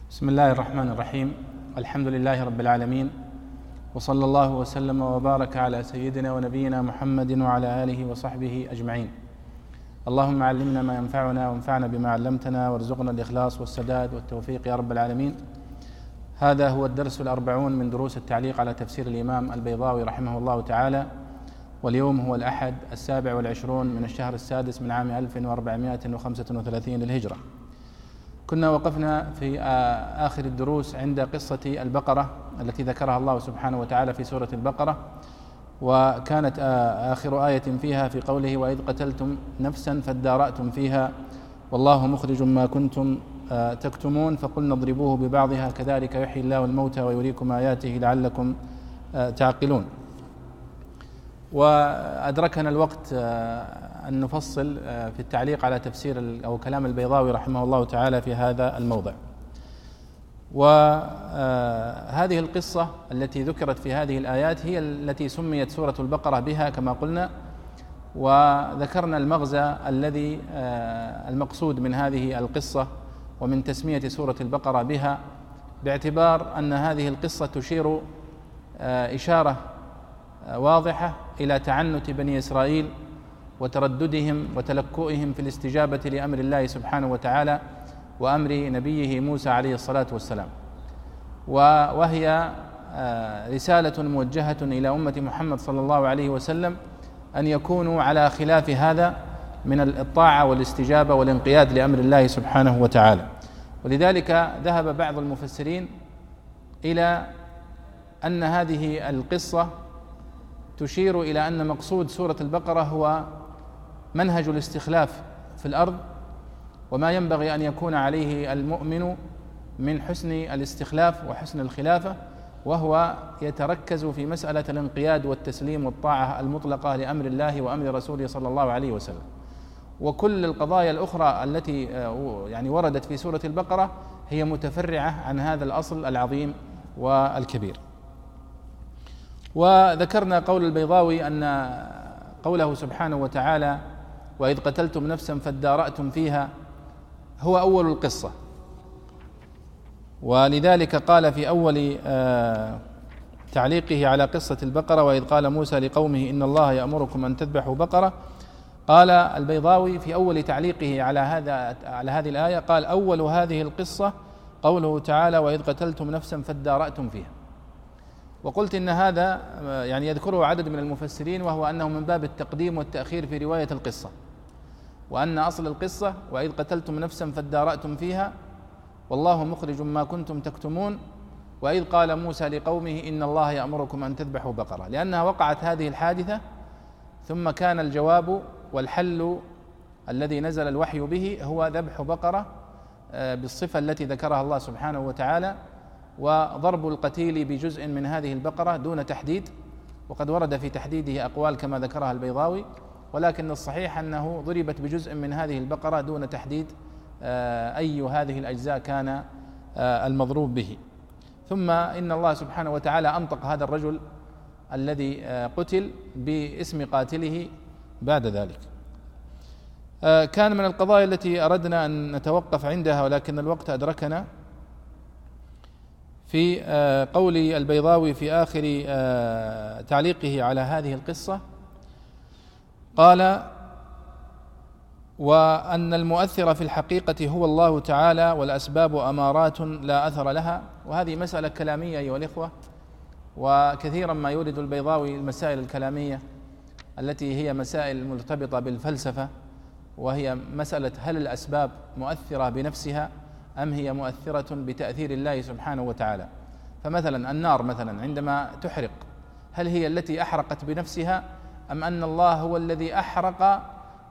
بسم الله الرحمن الرحيم. الحمد لله رب العالمين، وصلى الله وسلم وبارك على سيدنا ونبينا محمد وعلى آله وصحبه أجمعين. اللهم علمنا ما ينفعنا وانفعنا بما علمتنا، وارزقنا الإخلاص والسداد والتوفيق يا رب العالمين. هذا هو الدرس 40 من دروس التعليق على تفسير الإمام البيضاوي رحمه الله تعالى، واليوم هو الأحد 27 من الشهر السادس من عام 1435 للهجرة. كنا وقفنا في آخر الدروس عند قصة البقرة التي ذكرها الله سبحانه وتعالى في سورة البقرة، وكانت آخر آية فيها في قوله: وإذ قتلتم نفسا فادارأتم فيها والله مخرج ما كنتم تكتمون فقلنا اضربوه ببعضها كذلك يحيي الله الموتى ويريكم آياته لعلكم تعقلون. وأدركنا الوقت أن نفصل في التعليق على تفسير أو كلام البيضاوي رحمه الله تعالى في هذا الموضع. وهذه القصة التي ذكرت في هذه الآيات هي التي سميت سورة البقرة بها كما قلنا، وذكرنا المغزى الذي المقصود من هذه القصة ومن تسمية سورة البقرة بها، باعتبار أن هذه القصة تشير إشارة واضحة إلى تعنت بني إسرائيل وترددهم وتلكؤهم في الاستجابة لأمر الله سبحانه وتعالى وأمر نبيه موسى عليه الصلاة والسلام، وهي رسالة موجهة إلى أمة محمد صلى الله عليه وسلم أن يكونوا على خلاف هذا من الطاعة والاستجابة والانقياد لأمر الله سبحانه وتعالى. ولذلك ذهب بعض المفسرين إلى أن هذه القصة تشير إلى أن مقصود سورة البقرة هو منهج الاستخلاف في الأرض، وما ينبغي أن يكون عليه المؤمن من حسن الاستخلاف وحسن الخلافة، وهو يتركز في مسألة الانقياد والتسليم والطاعة المطلقة لأمر الله وأمر رسوله صلى الله عليه وسلم. وكل القضايا الأخرى التي وردت في سورة البقرة هي متفرعة عن هذا الأصل العظيم والكبير. وذكرنا قول البيضاوي أن قوله سبحانه وتعالى: وإذ قتلتم نفسا فادارأتم فيها هو أول القصة، ولذلك قال في أول تعليقه على قصة البقرة: وإذ قال موسى لقومه إن الله يأمركم أن تذبحوا بقرة. قال البيضاوي في أول تعليقه على هذه الآية قال: أول هذه القصة قوله تعالى: وإذ قتلتم نفسا فادارأتم فيها. وقلت إن هذا يذكره عدد من المفسرين، وهو أنه من باب التقديم والتأخير في رواية القصة، وأن أصل القصة وإذ قتلتم نفسا فادارأتم فيها والله مخرج ما كنتم تكتمون، وإذ قال موسى لقومه إن الله يأمركم أن تذبحوا بقرة، لأنها وقعت هذه الحادثة ثم كان الجواب والحل الذي نزل الوحي به هو ذبح بقرة بالصفة التي ذكرها الله سبحانه وتعالى، وضرب القتيل بجزء من هذه البقرة دون تحديد. وقد ورد في تحديده أقوال كما ذكرها البيضاوي، ولكن الصحيح أنه ضربت بجزء من هذه البقرة دون تحديد أي هذه الأجزاء كان المضروب به. ثم إن الله سبحانه وتعالى أنطق هذا الرجل الذي قتل باسم قاتله بعد ذلك. كان من القضايا التي أردنا أن نتوقف عندها ولكن الوقت أدركنا في قول البيضاوي في آخر تعليقه على هذه القصة، قال: وأن المؤثر في الحقيقة هو الله تعالى والأسباب أمارات لا أثر لها. وهذه مسألة كلامية أيها الإخوة، وكثيرا ما يورد البيضاوي المسائل الكلامية التي هي مسائل مرتبطة بالفلسفة، وهي مسألة هل الأسباب مؤثرة بنفسها أم هي مؤثرة بتأثير الله سبحانه وتعالى. فمثلا النار مثلا عندما تحرق، هل هي التي أحرقت بنفسها أم أن الله هو الذي أحرق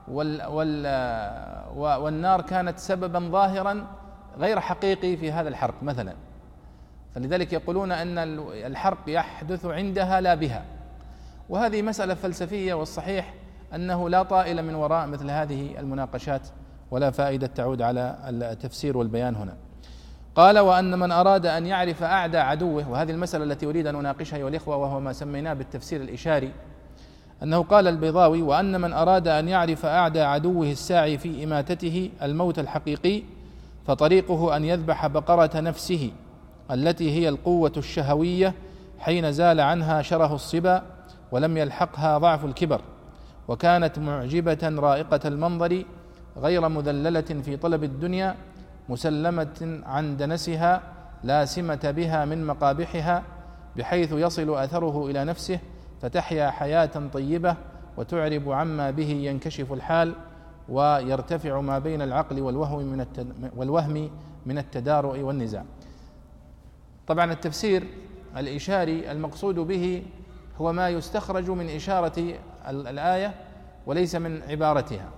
والنار كانت سببا ظاهرا غير حقيقي في هذا الحرق مثلا. فلذلك يقولون أن الحرق يحدث عندها لا بها، وهذه مسألة فلسفية، والصحيح أنه لا طائل من وراء مثل هذه المناقشات ولا فائدة تعود على التفسير والبيان هنا. قال: وأن من أراد أن يعرف أعدى عدوه، وهذه المسألة التي أريد أن أناقشها أيها الإخوة، وهو ما سميناه بالتفسير الإشاري، أنه قال البيضاوي: وأن من أراد أن يعرف أعدى عدوه الساعي في إماتته الموت الحقيقي فطريقه أن يذبح بقرة نفسه التي هي القوة الشهوية حين زال عنها شره الصبا ولم يلحقها ضعف الكبر، وكانت معجبة رائقة المنظر غير مذللة في طلب الدنيا، مسلمة عن دنسها لا سمة بها من مقابحها، بحيث يصل أثره إلى نفسه فتحيا حياة طيبة وتعرب عما به ينكشف الحال، ويرتفع ما بين العقل والوهم من التدارؤ والنزاع. طبعا التفسير الإشاري المقصود به هو ما يستخرج من إشارة الآية وليس من عبارتها،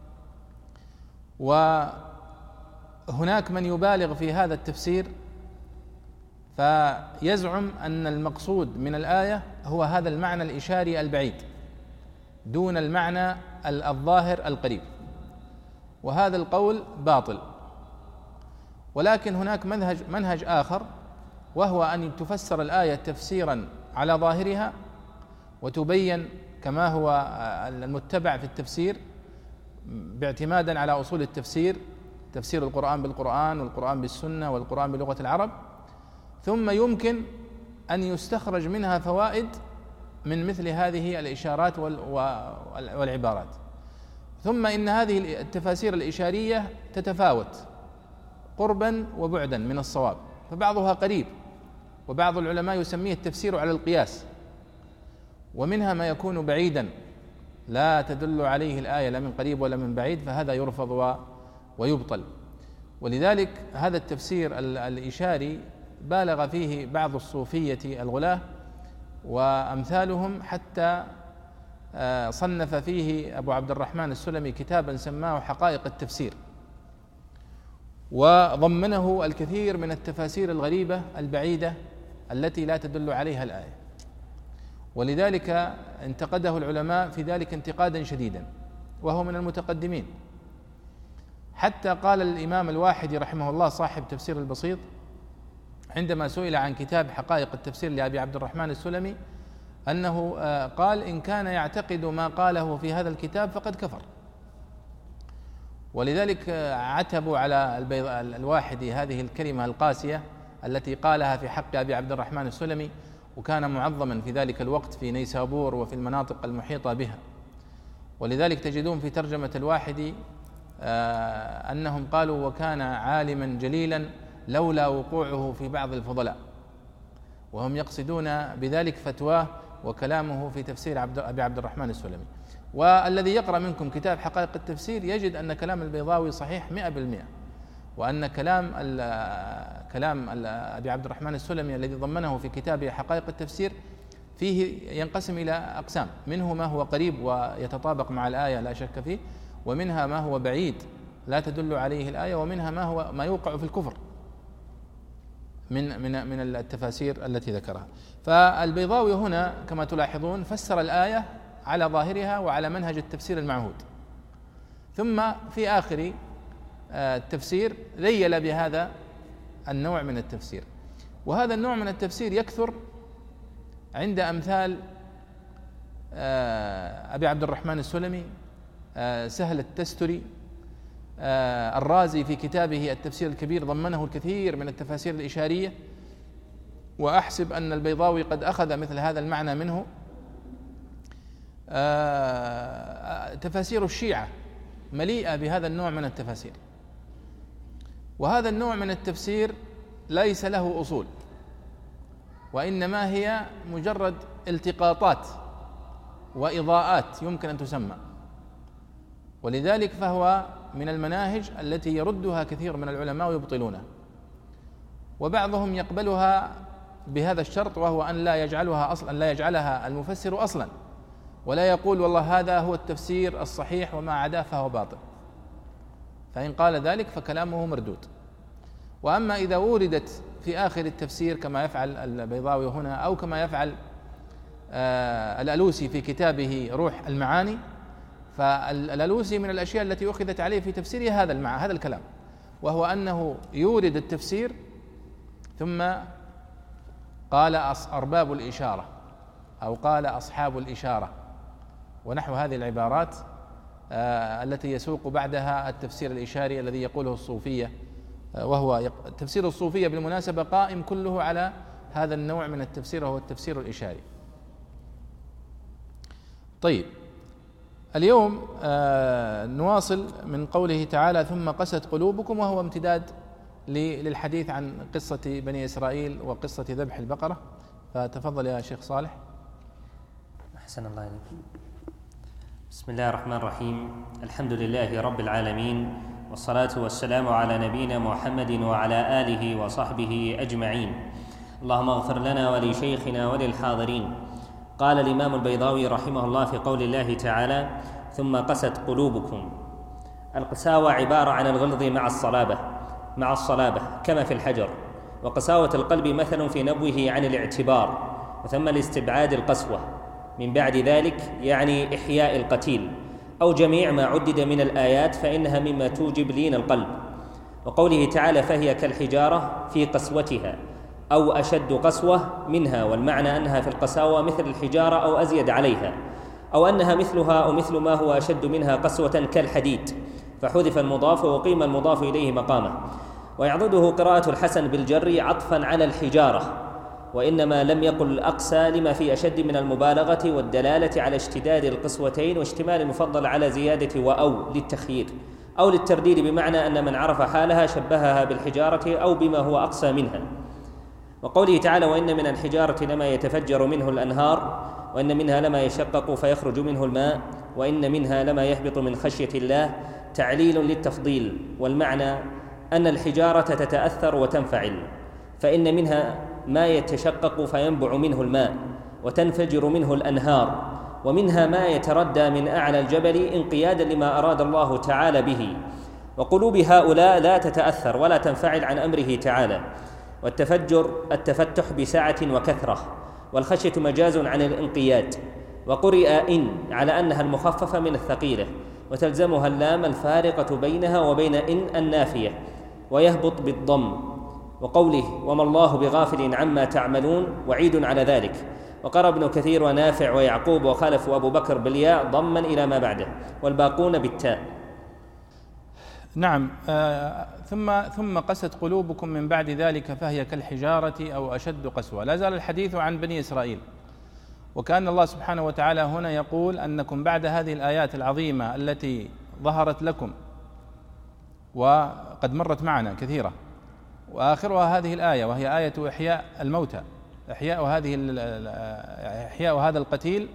وهناك من يبالغ في هذا التفسير فيزعم أن المقصود من الآية هو هذا المعنى الإشاري البعيد دون المعنى الظاهر القريب، وهذا القول باطل. ولكن هناك منهج آخر، وهو أن تفسر الآية تفسيرا على ظاهرها وتبين كما هو المتبع في التفسير باعتمادا على أصول التفسير، تفسير القرآن بالقرآن والقرآن بالسنة والقرآن بلغة العرب، ثم يمكن أن يستخرج منها فوائد من مثل هذه الإشارات والعبارات. ثم إن هذه التفاسير الإشارية تتفاوت قربا وبعدا من الصواب، فبعضها قريب، وبعض العلماء يسميه التفسير على القياس، ومنها ما يكون بعيدا لا تدل عليه الآية لا من قريب ولا من بعيد، فهذا يرفض ويبطل. ولذلك هذا التفسير الإشاري بالغ فيه بعض الصوفية الغلاة وأمثالهم، حتى صنف فيه أبو عبد الرحمن السلمي كتابا سماه حقائق التفسير، وضمنه الكثير من التفاسير الغريبة البعيدة التي لا تدل عليها الآية، ولذلك انتقده العلماء في ذلك انتقادا شديدا، وهو من المتقدمين. حتى قال الإمام الواحدي رحمه الله صاحب تفسير البسيط عندما سئل عن كتاب حقائق التفسير لأبي عبد الرحمن السلمي أنه قال: إن كان يعتقد ما قاله في هذا الكتاب فقد كفر. ولذلك عتبوا على الواحدي هذه الكلمة القاسية التي قالها في حق أبي عبد الرحمن السلمي، وكان معظما في ذلك الوقت في نيسابور وفي المناطق المحيطة بها. ولذلك تجدون في ترجمة الواحدي أنهم قالوا: وكان عالما جليلا لولا وقوعه في بعض الفضلاء، وهم يقصدون بذلك فتواه وكلامه في تفسير أبي عبد الرحمن السلمي. والذي يقرأ منكم كتاب حقائق التفسير يجد أن كلام البيضاوي صحيح 100%، وأن كلام أبي عبد الرحمن السلمي الذي ضمنه في كتابه حقائق التفسير فيه ينقسم إلى أقسام، منه ما هو قريب ويتطابق مع الآية لا شك فيه، ومنها ما هو بعيد لا تدل عليه الآية، ومنها ما يوقع في الكفر من التفاسير التي ذكرها. فالبيضاوي هنا كما تلاحظون فسر الآية على ظاهرها وعلى منهج التفسير المعهود، ثم في آخر التفسير ذيل بهذا النوع من التفسير. وهذا النوع من التفسير يكثر عند أمثال أبي عبد الرحمن السلمي، سهل التستري، الرازي في كتابه التفسير الكبير ضمنه الكثير من التفاسير الإشارية، وأحسب أن البيضاوي قد أخذ مثل هذا المعنى منه. تفاسير الشيعة مليئة بهذا النوع من التفاسير، وهذا النوع من التفسير ليس له أصول، وإنما هي مجرد التقاطات وإضاءات يمكن أن تسمى، ولذلك فهو من المناهج التي يردها كثير من العلماء ويبطلونها، وبعضهم يقبلها بهذا الشرط، وهو أن لا يجعلها المفسر أصلا، ولا يقول والله هذا هو التفسير الصحيح وما عداه فهو باطل، فإن قال ذلك فكلامه مردود. وأما إذا وردت في آخر التفسير كما يفعل البيضاوي هنا، أو كما يفعل الألوسي في كتابه روح المعاني، فالألوسي من الأشياء التي أخذت عليه في تفسيره هذا الكلام، وهو أنه يورد التفسير ثم قال أرباب الإشارة أو قال أصحاب الإشارة ونحو هذه العبارات التي يسوق بعدها التفسير الإشاري الذي يقوله الصوفية وهو تفسير الصوفية بالمناسبة قائم كله على هذا النوع من التفسير، وهو التفسير الإشاري. طيب، اليوم نواصل من قوله تعالى ثم قست قلوبكم، وهو امتداد للحديث عن قصة بني إسرائيل وقصة ذبح البقرة. فتفضل يا شيخ صالح. أحسن الله إليكم. بسم الله الرحمن الرحيم. الحمد لله رب العالمين، والصلاة والسلام على نبينا محمد وعلى آله وصحبه أجمعين. اللهم اغفر لنا ولشيخنا وللحاضرين. قال الإمام البيضاوي رحمه الله في قول الله تعالى ثم قست قلوبكم. القساوة عبارة عن الغلظ مع الصلابة كما في الحجر، وقساوة القلب مثل في نبوه عن الاعتبار، وثم الاستبعاد القسوة. من بعد ذلك يعني إحياء القتيل، أو جميع ما عدد من الآيات، فإنها مما توجب لين القلب. وقوله تعالى فهي كالحجارة في قسوتها أو أشد قسوة منها، والمعنى أنها في القساوة مثل الحجارة أو أزيد عليها، أو أنها مثلها أو مثل ما هو أشد منها قسوة كالحديد، فحذف المضاف وقيم المضاف إليه مقامه. ويعضده قراءة الحسن بالجر عطفا على الحجارة، وإنما لم يقل الأقسى لما في أشد من المبالغة والدلالة على اشتداد القسوتين واشتمال المفضل على زيادة وأو للتخيير أو للترديد، بمعنى أن من عرف حالها شبهها بالحجارة أو بما هو أقسى منها. وقوله تعالى وإن من الحجارة لما يتفجر منه الأنهار، وإن منها لما يشقق فيخرج منه الماء، وإن منها لما يهبط من خشية الله، تعليل للتفضيل. والمعنى أن الحجارة تتأثر وتنفعل، فإن منها ما يتشقق فينبع منه الماء وتنفجر منه الأنهار، ومنها ما يتردى من أعلى الجبل انقيادا لما أراد الله تعالى به. وقلوب هؤلاء لا تتأثر ولا تنفعل عن أمره تعالى. والتفجر التفتح بسعة وكثرة، والخشية مجاز عن الانقياد. وقرئ إن على أنها المخففة من الثقيلة، وتلزمها اللام الفارقة بينها وبين إن النافية، ويهبط بالضم. وقوله وما الله بغافل عما تعملون وعيد على ذلك. وقرأ ابن كثير ونافع ويعقوب وخلف وأبو بكر بالياء ضما إلى ما بعده، والباقون بالتاء. نعم. ثم قست قلوبكم من بعد ذلك فهي كالحجارة أو أشد قسوة. لا زال الحديث عن بني إسرائيل، وكأن الله سبحانه وتعالى هنا يقول أنكم بعد هذه الآيات العظيمة التي ظهرت لكم وقد مرت معنا كثيرة، وآخرها هذه الآية وهي آية إحياء الموتى، إحياء هذا القتيل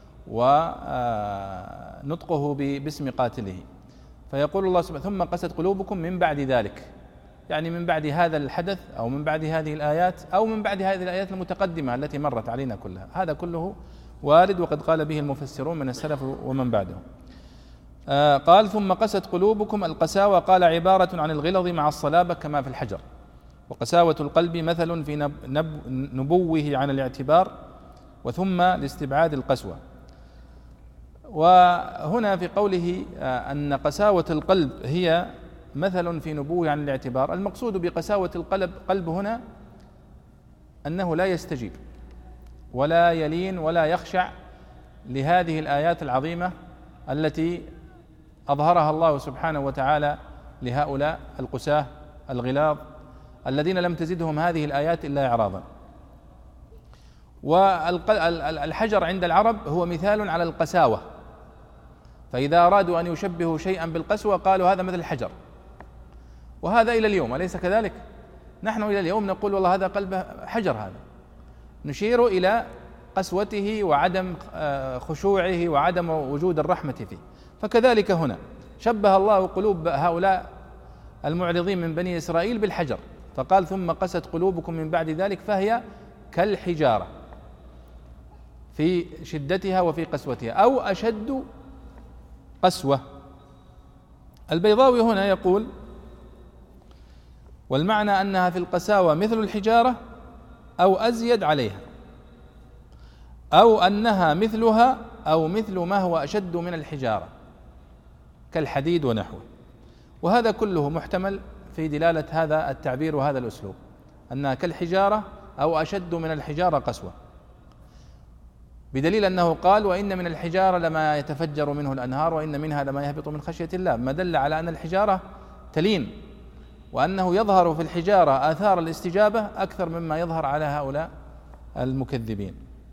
ونطقه باسم قاتله. فيقول الله سبحانه ثم قست قلوبكم من بعد ذلك، يعني من بعد هذا الحدث أو من بعد هذه الآيات أو من بعد هذه الآيات المتقدمة التي مرت علينا كلها. هذا كله وارد، وقد قال به المفسرون من السلف ومن بعدهم. قال ثم قست قلوبكم. القساوة قال عبارة عن الغلظ مع الصلابة كما في الحجر، وقساوة القلب مثل في نبوه عن الاعتبار، وثم لاستبعاد القسوة. وهنا في قوله أن قساوة القلب هي مثل في نبوه عن الاعتبار، المقصود بقساوة القلب هنا أنه لا يستجيب ولا يلين ولا يخشع لهذه الآيات العظيمة التي أظهرها الله سبحانه وتعالى لهؤلاء القساة الغلاظ الذين لم تزدهم هذه الآيات إلا إعراضا. والحجر عند العرب هو مثال على القساوة، فإذا أرادوا أن يشبهوا شيئا بالقسوة قالوا هذا مثل الحجر، وهذا إلى اليوم أليس كذلك؟ نحن إلى اليوم نقول والله هذا قلب حجر، هذا نشير إلى قسوته وعدم خشوعه وعدم وجود الرحمة فيه. فكذلك هنا شبه الله قلوب هؤلاء المعرضين من بني إسرائيل بالحجر، فقال ثم قست قلوبكم من بعد ذلك فهي كالحجارة في شدتها وفي قسوتها أو أشد قسوة. البيضاوي هنا يقول والمعنى أنها في القساوة مثل الحجارة أو أزيد عليها، أو أنها مثلها أو مثل ما هو أشد من الحجارة كالحديد ونحوه. وهذا كله محتمل في دلالة هذا التعبير وهذا الأسلوب، أنها كالحجارة أو أشد من الحجارة قسوة، بدليل أنه قال وإن من الحجارة لما يتفجر منه الأنهار وإن منها لما يهبط من خشية الله، ما دل على أن الحجارة تلين وأنه يظهر في الحجارة آثار الاستجابة أكثر مما يظهر على هؤلاء المكذبين.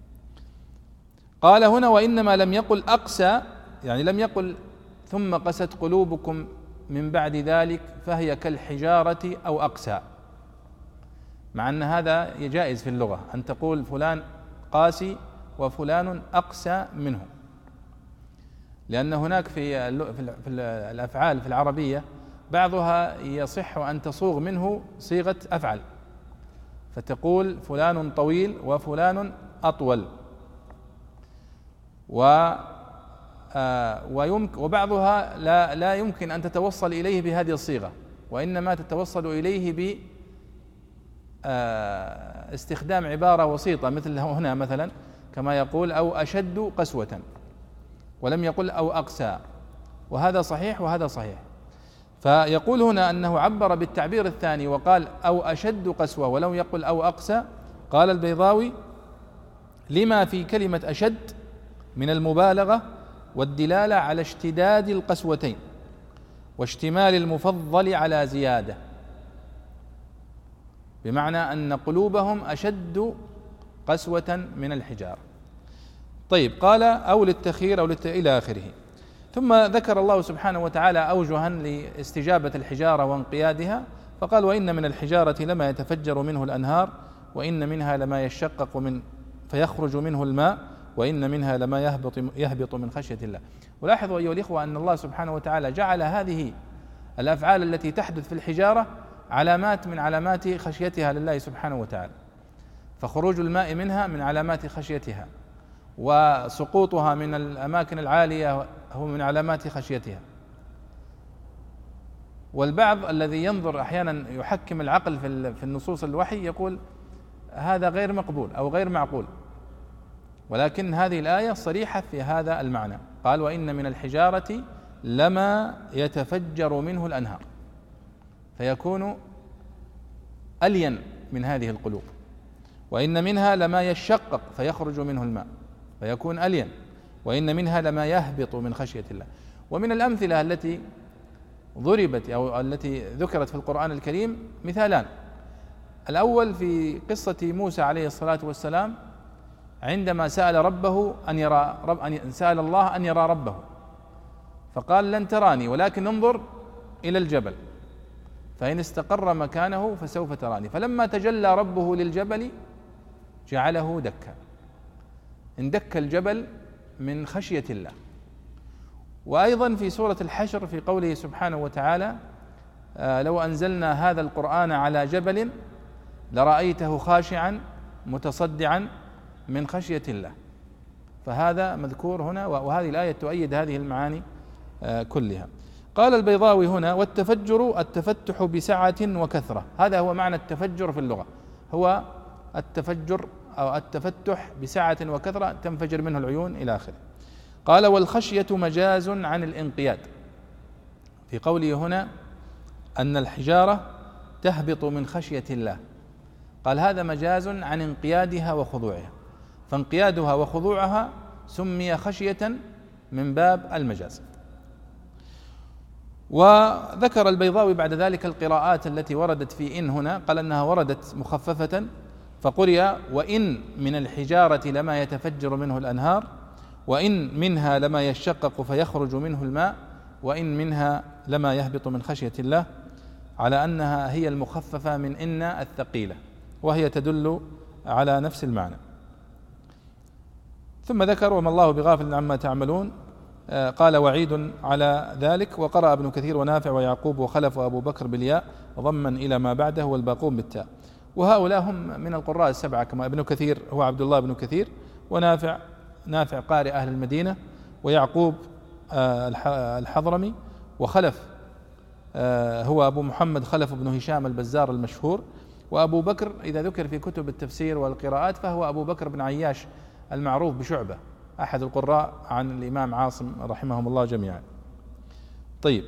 قال هنا وإنما لم يقل أقسى، يعني لم يقل ثم قست قلوبكم من بعد ذلك فهي كالحجارة أو أقسى، مع أن هذا جائز في اللغة أن تقول فلان قاسي وفلان أقسى منه، لأن هناك في الأفعال في العربية بعضها يصح أن تصوغ منه صيغة أفعل، فتقول فلان طويل وفلان أطول، وبعضها لا يمكن أن تتوصل إليه بهذه الصيغة، وإنما تتوصل إليه باستخدام عبارة وسيطة، مثل هنا مثلا كما يقول أو أشد قسوة، ولم يقل أو أقسى، وهذا صحيح وهذا صحيح. فيقول هنا أنه عبر بالتعبير الثاني وقال أو أشد قسوة ولم يقل أو أقسى. قال البيضاوي لما في كلمة أشد من المبالغة والدلالة على اشتداد القسوتين واشتمال المفضل على زيادة، بمعنى أن قلوبهم أشد قسوة من الحجارة. طيب، قال أو للتخيير أو إلى آخره. ثم ذكر الله سبحانه وتعالى أوجها لاستجابة الحجارة وانقيادها، فقال وإن من الحجارة لما يتفجر منه الأنهار وإن منها لما يشقق فيخرج منه الماء وإن منها لما يهبط من خشية الله. ولاحظوا أيها الإخوة أن الله سبحانه وتعالى جعل هذه الأفعال التي تحدث في الحجارة علامات من علامات خشيتها لله سبحانه وتعالى، فخروج الماء منها من علامات خشيتها، وسقوطها من الأماكن العالية هو من علامات خشيتها. والبعض الذي ينظر أحيانا يحكم العقل في النصوص الوحي يقول هذا غير مقبول أو غير معقول، ولكن هذه الآية صريحة في هذا المعنى. قال وإن من الحجارة لما يتفجر منه الأنهار، فيكون ألين من هذه القلوب، وإن منها لما يشقق فيخرج منه الماء فيكون ألين، وإن منها لما يهبط من خشية الله. ومن الأمثلة التي ضربت أو التي ذكرت في القرآن الكريم مثالان. الأول في قصة موسى عليه الصلاة والسلام عندما سأل الله أن يرى ربه، فقال لن تراني ولكن انظر إلى الجبل فإن استقر مكانه فسوف تراني، فلما تجلى ربه للجبل جعله دكا، اندك الجبل من خشية الله. وأيضا في سورة الحشر في قوله سبحانه وتعالى لو أنزلنا هذا القرآن على جبل لرأيته خاشعا متصدعا من خشية الله، فهذا مذكور هنا، وهذه الآية تؤيد هذه المعاني كلها. قال البيضاوي هنا والتفجر التفتح بسعة وكثرة، هذا هو معنى التفجر في اللغة، هو التفجر أو التفتح بسعة وكثرة تنفجر منه العيون إلى آخره. قال والخشية مجاز عن الانقياد، في قوله هنا أن الحجارة تهبط من خشية الله، قال هذا مجاز عن انقيادها وخضوعها، فانقيادها وخضوعها سمي خشية من باب المجاز. وذكر البيضاوي بعد ذلك القراءات التي وردت في إن هنا، قال أنها وردت مخففة فقرئ وإن من الحجارة لما يتفجر منه الأنهار وإن منها لما يشقق فيخرج منه الماء وإن منها لما يهبط من خشية الله، على أنها هي المخففة من إن الثقيلة، وهي تدل على نفس المعنى. ثم ذكر وما الله بغافل عما تعملون، قال وعيد على ذلك. وقرأ ابن كثير ونافع ويعقوب وخلف وأبو بكر بالياء ضما إلى ما بعده والباقون بالتاء، وهؤلاء هم من القراء السبعة، كما ابن كثير هو عبد الله بن كثير، ونافع قارئ أهل المدينة، ويعقوب الحضرمي، وخلف هو أبو محمد خلف بن هشام البزار المشهور، وأبو بكر إذا ذكر في كتب التفسير والقراءات فهو أبو بكر بن عياش المعروف بشعبة، أحد القراء عن الإمام عاصم رحمهم الله جميعا. طيب،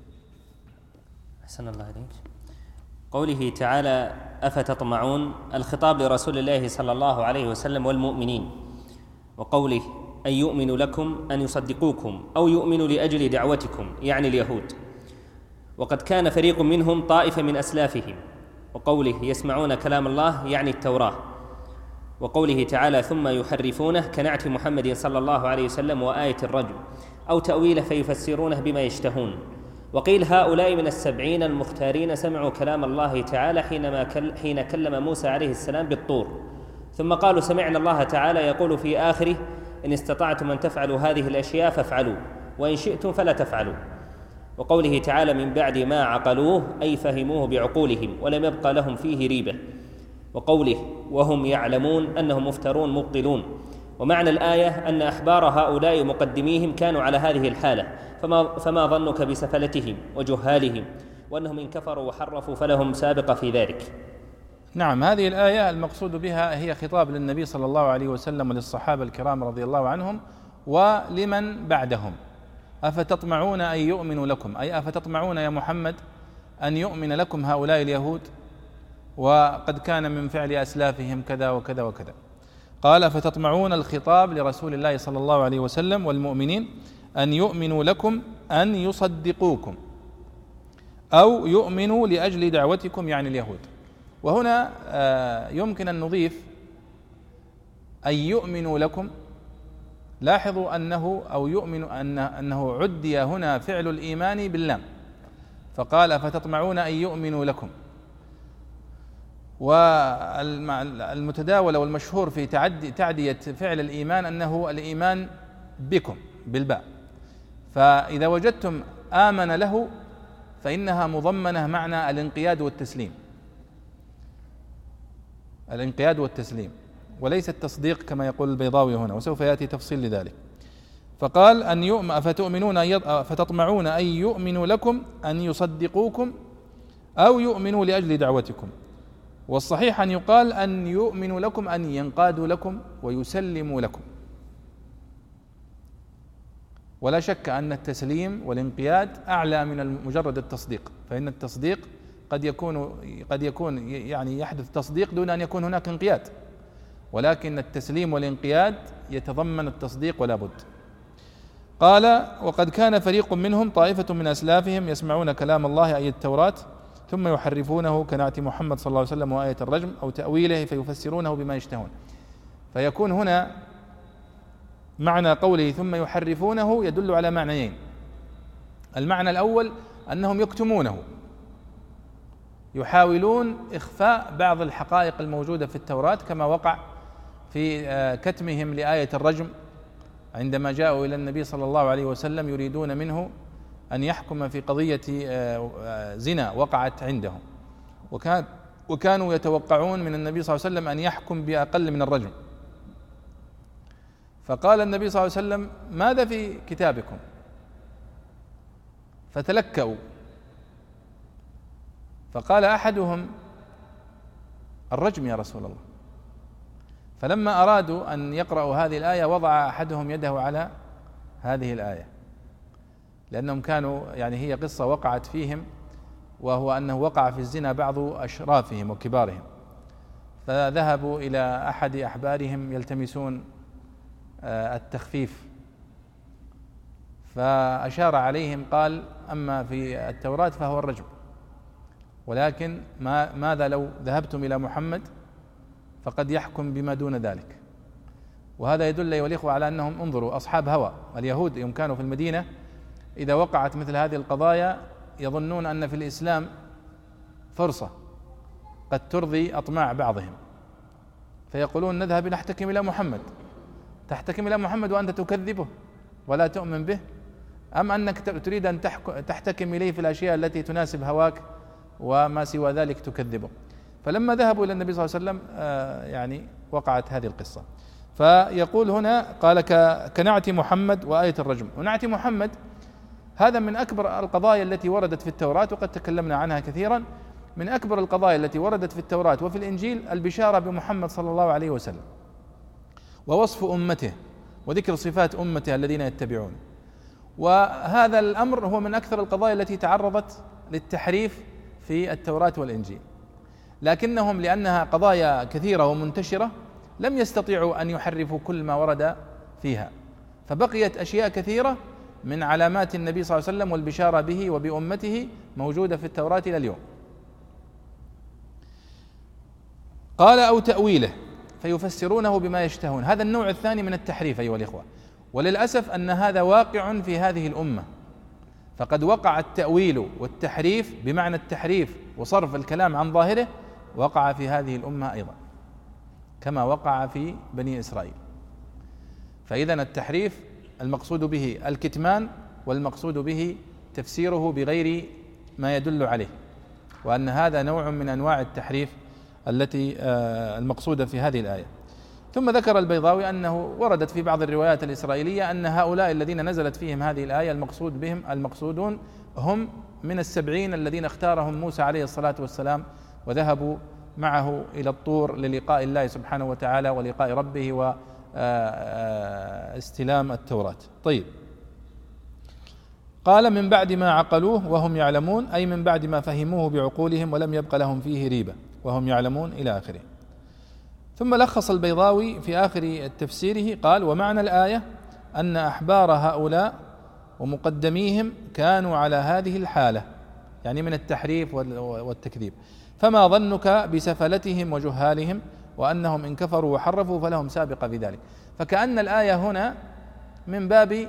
أحسن الله عليك. قوله تعالى أفتطمعون، الخطاب لرسول الله صلى الله عليه وسلم والمؤمنين، وقوله أن يؤمنوا لكم أن يصدقوكم أو يؤمنوا لأجل دعوتكم، يعني اليهود. وقد كان فريق منهم طائفة من أسلافهم. وقوله يسمعون كلام الله يعني التوراة. وقوله تعالى ثم يحرفونه كنعت محمد صلى الله عليه وسلم وآية الرجم، أو تأويله فيفسرونه بما يشتهون. وقيل هؤلاء من 70 المختارين سمعوا كلام الله تعالى حين كلم موسى عليه السلام بالطور، ثم قالوا سمعنا الله تعالى يقول في آخره إن استطعتم أن تفعلوا هذه الأشياء فافعلوا وإن شئتم فلا تفعلوا. وقوله تعالى من بعد ما عقلوه أي فهموه بعقولهم ولم يبقى لهم فيه ريبة. وقوله وهم يعلمون أنهم مفترون مبطلون. ومعنى الآية أن أحبار هؤلاء مقدميهم كانوا على هذه الحالة، فما ظنك بسفلتهم وجهالهم، وأنهم إن كفروا وحرفوا فلهم سابقة في ذلك. نعم، هذه الآية المقصود بها هي خطاب للنبي صلى الله عليه وسلم وللصحابة الكرام رضي الله عنهم ولمن بعدهم. أفتطمعون أن يؤمنوا لكم، أي أفتطمعون يا محمد أن يؤمن لكم هؤلاء اليهود وقد كان من فعل أسلافهم كذا وكذا وكذا. قال فتطمعون الخطاب لرسول الله صلى الله عليه وسلم والمؤمنين أن يؤمنوا لكم أن يصدقوكم أو يؤمنوا لأجل دعوتكم يعني اليهود. وهنا يمكن أن نضيف أن يؤمنوا لكم. لاحظوا أنه أو يؤمن أنه عدي هنا فعل الإيمان باللام، فقال فتطمعون أن يؤمنوا لكم. والمتداول والمشهور في تعدية فعل الإيمان أنه الإيمان بكم بالباء، فإذا وجدتم آمن له فإنها مضمنة معنى الانقياد والتسليم، الانقياد والتسليم وليس التصديق كما يقول البيضاوي هنا، وسوف يأتي تفصيل لذلك. فقال فتطمعون أن يؤمنوا لكم أن يصدقوكم أو يؤمنوا لأجل دعوتكم. والصحيح أن يقال أن يؤمنوا لكم أن ينقادوا لكم ويسلموا لكم. ولا شك أن التسليم والانقياد أعلى من مجرد التصديق، فإن التصديق قد يكون يعني يحدث تصديق دون أن يكون هناك انقياد، ولكن التسليم والانقياد يتضمن التصديق ولا بد. قال وقد كان فريق منهم طائفة من أسلافهم يسمعون كلام الله أي التوراة ثم يحرفونه كنعت محمد صلى الله عليه وسلم وآية الرجم أو تأويله فيفسرونه بما يشتهون. فيكون هنا معنى قوله ثم يحرفونه يدل على معنيين. المعنى الأول أنهم يكتمونه، يحاولون إخفاء بعض الحقائق الموجودة في التوراة كما وقع في كتمهم لآية الرجم عندما جاءوا إلى النبي صلى الله عليه وسلم يريدون منه أن يحكم في قضية زنا وقعت عندهم، وكانوا يتوقعون من النبي صلى الله عليه وسلم أن يحكم بأقل من الرجم. فقال النبي صلى الله عليه وسلم ماذا في كتابكم؟ فتلكأوا، فقال أحدهم الرجم يا رسول الله. فلما أرادوا أن يقرأوا هذه الآية وضع أحدهم يده على هذه الآية، لأنهم كانوا يعني هي قصة وقعت فيهم، وهو أنه وقع في الزنا بعض أشرافهم وكبارهم، فذهبوا إلى أحد أحبارهم يلتمسون التخفيف، فأشار عليهم قال أما في التوراة فهو الرجم، ولكن ماذا لو ذهبتم إلى محمد فقد يحكم بما دون ذلك. وهذا يدل أيها الإخوة على أنهم انظروا أصحاب هوى. اليهود يوم كانوا في المدينة إذا وقعت مثل هذه القضايا يظنون أن في الإسلام فرصة قد ترضي أطماع بعضهم، فيقولون نذهب نحتكم إلى محمد. تحتكم إلى محمد وأنت تكذبه ولا تؤمن به، أم أنك تريد أن تحتكم إليه في الأشياء التي تناسب هواك وما سوى ذلك تكذبه؟ فلما ذهبوا إلى النبي صلى الله عليه وسلم يعني وقعت هذه القصة. فيقول هنا قال كنعت محمد وآية الرجم. ونعت محمد هذا من أكبر القضايا التي وردت في التوراة، وقد تكلمنا عنها كثيرا. من أكبر القضايا التي وردت في التوراة وفي الإنجيل البشارة بمحمد صلى الله عليه وسلم ووصف أمته وذكر صفات أمته الذين يتبعون. وهذا الأمر هو من أكثر القضايا التي تعرضت للتحريف في التوراة والإنجيل، لكنهم لأنها قضايا كثيرة ومنتشرة لم يستطيعوا أن يحرفوا كل ما ورد فيها، فبقيت أشياء كثيرة من علامات النبي صلى الله عليه وسلم والبشارة به وبأمته موجودة في التوراة إلى اليوم. قال أو تأويله فيفسرونه بما يشتهون. هذا النوع الثاني من التحريف أيها الإخوة، وللأسف أن هذا واقع في هذه الأمة، فقد وقع التأويل والتحريف بمعنى التحريف وصرف الكلام عن ظاهره، وقع في هذه الأمة أيضا كما وقع في بني إسرائيل. فإذن التحريف المقصود به الكتمان، والمقصود به تفسيره بغير ما يدل عليه، وأن هذا نوع من أنواع التحريف التي المقصودة في هذه الآية. ثم ذكر البيضاوي أنه وردت في بعض الروايات الإسرائيلية أن هؤلاء الذين نزلت فيهم هذه الآية المقصودون هم من 70 الذين اختارهم موسى عليه الصلاة والسلام وذهبوا معه إلى الطور للقاء الله سبحانه وتعالى ولقاء ربه واستلام التوراة. طيب، قال من بعد ما عقلوه وهم يعلمون، أي من بعد ما فهموه بعقولهم ولم يبق لهم فيه ريبة وهم يعلمون إلى آخره. ثم لخص البيضاوي في آخر تفسيره قال: ومعنى الآية أن أحبار هؤلاء ومقدميهم كانوا على هذه الحالة، يعني من التحريف والتكذيب، فما ظنك بسفلتهم وجهالهم وأنهم إن كفروا وحرفوا فلهم سابقة في ذلك. فكأن الآية هنا من باب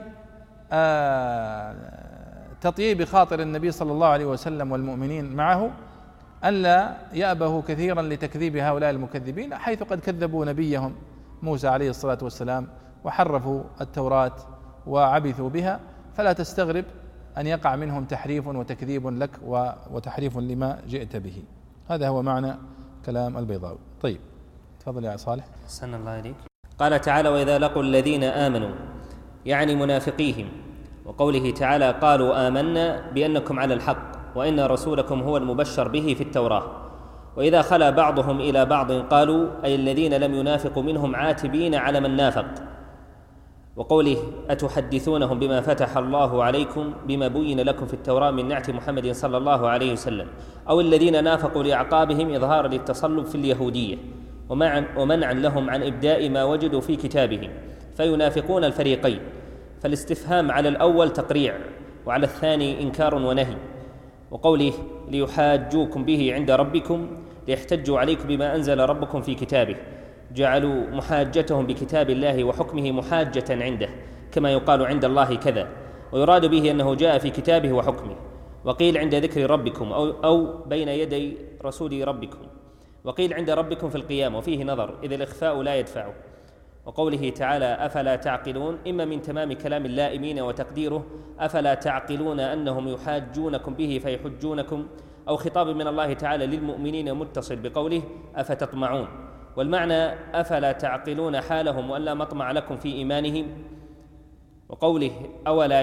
تطيب خاطر النبي صلى الله عليه وسلم والمؤمنين معه ألا يأبهوا كثيرا لتكذيب هؤلاء المكذبين، حيث قد كذبوا نبيهم موسى عليه الصلاة والسلام وحرفوا التوراة وعبثوا بها، فلا تستغرب أن يقع منهم تحريف وتكذيب لك وتحريف لما جئت به. هذا هو معنى كلام البيضاوي. طيب، تفضل يا صالح. أحسن الله إليك. قال تعالى: وإذا لقوا الذين آمنوا، يعني منافقيهم. وقوله تعالى: قالوا آمنا بأنكم على الحق وإن رسولكم هو المبشر به في التوراة. وإذا خلا بعضهم إلى بعض قالوا، أي الذين لم ينافقوا منهم عاتبين على من نافق. وقوله: أتحدثونهم بما فتح الله عليكم بما بين لكم في التوراة من نعت محمد صلى الله عليه وسلم، أو الذين نافقوا لأعقابهم إظهارا للتصلب في اليهودية ومنعا لهم عن إبداء ما وجدوا في كتابهم، فينافقون الفريقين. فالاستفهام على الأول تقريع، وعلى الثاني إنكار ونهي. وقوله: ليحاجوكم به عند ربكم، ليحتجوا عليكم بما أنزل ربكم في كتابه، جعلوا محاجتهم بكتاب الله وحكمه محاجة عنده، كما يقال عند الله كذا، ويراد به أنه جاء في كتابه وحكمه. وقيل عند ذكر ربكم أو بين يدي رسول ربكم، وقيل عند ربكم في القيام، وفيه نظر إذ الإخفاء لا يدفع. وقوله تعالى: أفلا تعقلون، إما من تمام كلام اللائمين وتقديره أفلا تعقلون أنهم يحاجونكم به فيحجونكم، أو خطاب من الله تعالى للمؤمنين متصل بقوله أفتطمعون، والمعنى أفلا تعقلون حالهم وأن لا مطمع لكم في إيمانهم. وقوله أولا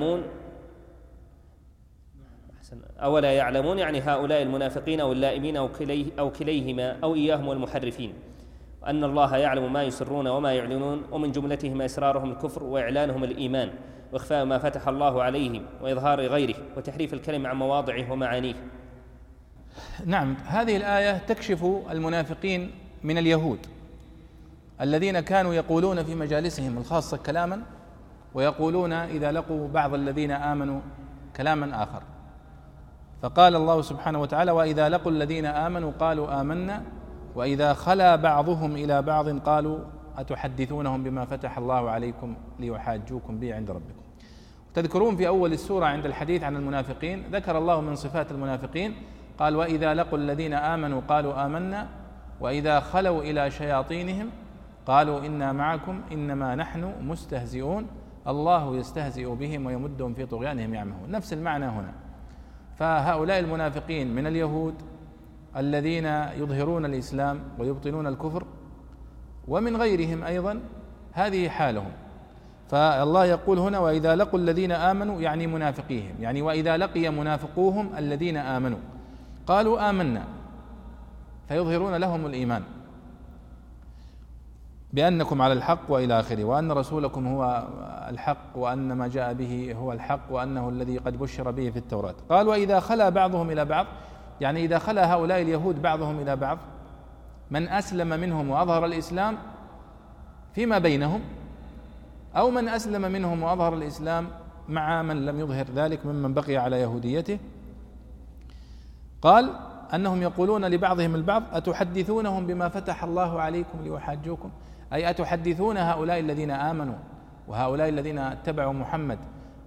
يعلمون يعني هؤلاء المنافقين أو اللائمين أو كليهما أو إياهم والمحرفين، أن الله يعلم ما يسرون وما يعلنون، ومن جملتهم إسرارهم الكفر وإعلانهم الإيمان وإخفاء ما فتح الله عليهم وإظهار غيره وتحريف الكلم عن مواضعه ومعانيه. نعم، هذه الآية تكشف المنافقين من اليهود الذين كانوا يقولون في مجالسهم الخاصة كلاما، ويقولون إذا لقوا بعض الذين آمنوا كلاما آخر. فقال الله سبحانه وتعالى: وإذا لقوا الذين آمنوا قالوا آمنا وإذا خلا بعضهم إلى بعض قالوا أتحدثونهم بما فتح الله عليكم ليحاجوكم به عند ربكم. تذكرون في أول السورة عند الحديث عن المنافقين ذكر الله من صفات المنافقين قال: وإذا لقوا الذين آمنوا قالوا آمنا وإذا خلوا إلى شياطينهم قالوا إنا معكم إنما نحن مستهزئون الله يستهزئ بهم ويمدهم في طغيانهم يعمهون. نفس المعنى هنا. فهؤلاء المنافقين من اليهود الذين يظهرون الإسلام ويبطنون الكفر، ومن غيرهم أيضا هذه حالهم. فالله يقول هنا: وإذا لقوا الذين آمنوا، يعني منافقيهم، يعني وإذا لقي منافقوهم الذين آمنوا قالوا آمنا، فيظهرون لهم الإيمان بأنكم على الحق وإلى آخره، وأن رسولكم هو الحق، وأن ما جاء به هو الحق، وأنه الذي قد بشر به في التوراة. قال: وإذا خلا بعضهم إلى بعض، يعني إذا خلا هؤلاء اليهود بعضهم إلى بعض، من أسلم منهم وأظهر الإسلام فيما بينهم، أو من أسلم منهم وأظهر الإسلام مع من لم يظهر ذلك ممن بقي على يهوديته. قال أنهم يقولون لبعضهم البعض أتحدثونهم بما فتح الله عليكم ليحاجوكم، أي أتحدثون هؤلاء الذين آمنوا وهؤلاء الذين اتبعوا محمد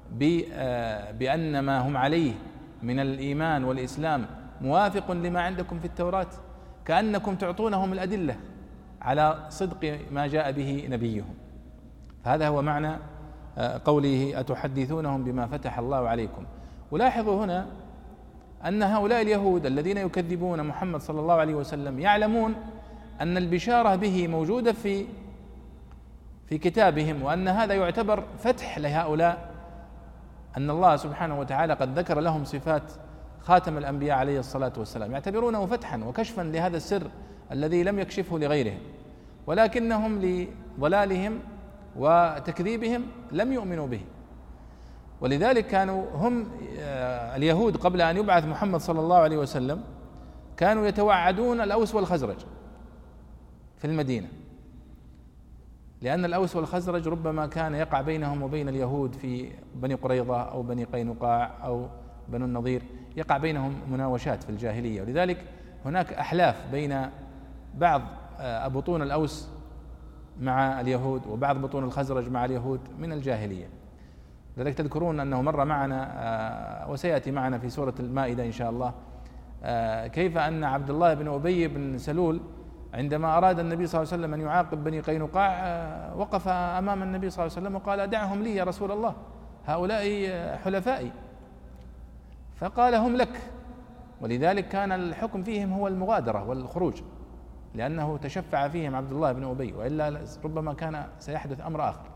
بأن ما هم عليه من الإيمان والإسلام موافق لما عندكم في التوراة، كأنكم تعطونهم الأدلة على صدق ما جاء به نبيهم. فهذا هو معنى قوله أتحدثونهم بما فتح الله عليكم. ولاحظوا هنا أن هؤلاء اليهود الذين يكذبون محمد صلى الله عليه وسلم يعلمون أن البشارة به موجودة في كتابهم، وأن هذا يعتبر فتح لهؤلاء، أن الله سبحانه وتعالى قد ذكر لهم صفات خاتم الأنبياء عليه الصلاة والسلام، يعتبرونه فتحا وكشفا لهذا السر الذي لم يكشفه لغيرهم، ولكنهم لضلالهم وتكذيبهم لم يؤمنوا به. ولذلك كانوا هم اليهود قبل أن يبعث محمد صلى الله عليه وسلم كانوا يتوعدون الأوس والخزرج في المدينة، لأن الأوس والخزرج ربما كان يقع بينهم وبين اليهود في بني قريظة أو بني قينقاع أو بنو النضير، يقع بينهم مناوشات في الجاهلية، ولذلك هناك أحلاف بين بعض بطون الأوس مع اليهود وبعض بطون الخزرج مع اليهود من الجاهلية. لذلك تذكرون أنه مر معنا وسيأتي معنا في سورة المائدة إن شاء الله كيف أن عبد الله بن أبي بن سلول عندما أراد النبي صلى الله عليه وسلم أن يعاقب بني قينقاع وقف أمام النبي صلى الله عليه وسلم وقال دعهم لي يا رسول الله، هؤلاء حلفائي، فقال هم لك. ولذلك كان الحكم فيهم هو المغادرة والخروج، لأنه تشفع فيهم عبد الله بن أبي، وإلا ربما كان سيحدث أمر آخر.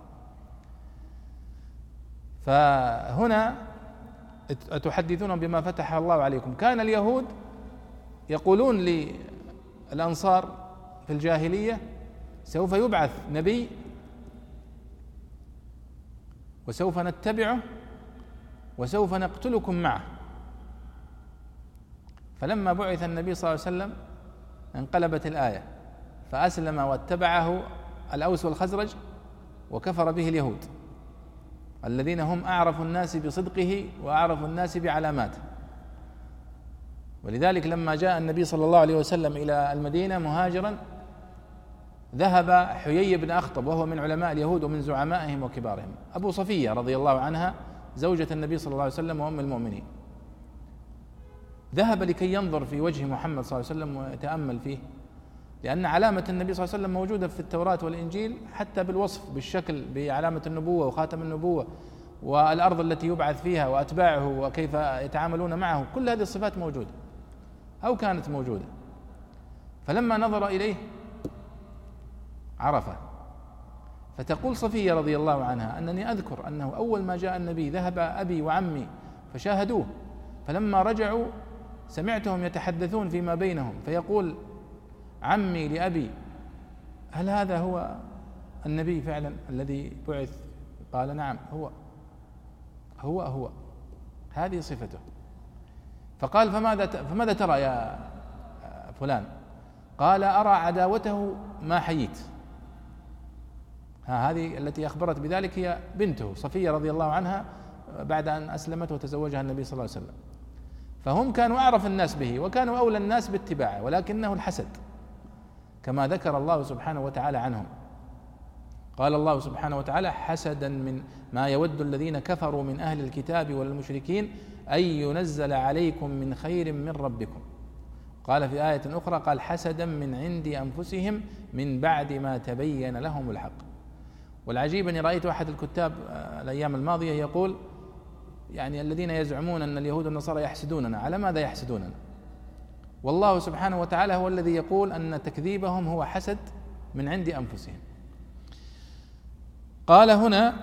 فهنا أتحدثون بما فتح الله عليكم. كان اليهود يقولون للأنصار في الجاهلية سوف يبعث نبي وسوف نتبعه وسوف نقتلكم معه. فلما بعث النبي صلى الله عليه وسلم انقلبت الآية، فأسلم واتبعه الأوس والخزرج وكفر به اليهود الذين هم أعرف الناس بصدقه وأعرف الناس بعلاماته. ولذلك لما جاء النبي صلى الله عليه وسلم إلى المدينة مهاجرا ذهب حيي بن أخطب وهو من علماء اليهود ومن زعمائهم وكبارهم، أبو صفية رضي الله عنها زوجة النبي صلى الله عليه وسلم وأم المؤمنين، ذهب لكي ينظر في وجه محمد صلى الله عليه وسلم ويتأمل فيه، لأن علامة النبي صلى الله عليه وسلم موجودة في التوراة والإنجيل حتى بالوصف بالشكل بعلامة النبوة وخاتم النبوة والأرض التي يبعث فيها وأتباعه وكيف يتعاملون معه، كل هذه الصفات موجودة أو كانت موجودة. فلما نظر إليه عرفه. فتقول صفية رضي الله عنها أنني أذكر أنه أول ما جاء النبي ذهب أبي وعمي فشاهدوه، فلما رجعوا سمعتهم يتحدثون فيما بينهم، فيقول عمي لأبي هل هذا هو النبي فعلا الذي بعث؟ قال نعم هو هذه صفته. فقال فماذا ترى يا فلان؟ قال أرى عداوته ما حييت. هذه التي أخبرت بذلك هي بنته صفية رضي الله عنها بعد أن أسلمت وتزوجها النبي صلى الله عليه وسلم. فهم كانوا أعرف الناس به وكانوا أولى الناس باتباعه، ولكنه الحسد كما ذكر الله سبحانه وتعالى عنهم. قال الله سبحانه وتعالى حسدا من ما يود الذين كفروا من أهل الكتاب والمشركين أن ينزل عليكم من خير من ربكم. قال في آية أخرى قال حسدا من عند أنفسهم من بعد ما تبين لهم الحق. والعجيب أني رأيت أحد الكتاب الأيام الماضية يقول يعني الذين يزعمون أن اليهود والنصارى يحسدوننا، على ماذا يحسدوننا؟ والله سبحانه وتعالى هو الذي يقول أن تكذيبهم هو حسد من عند أنفسهم. قال هنا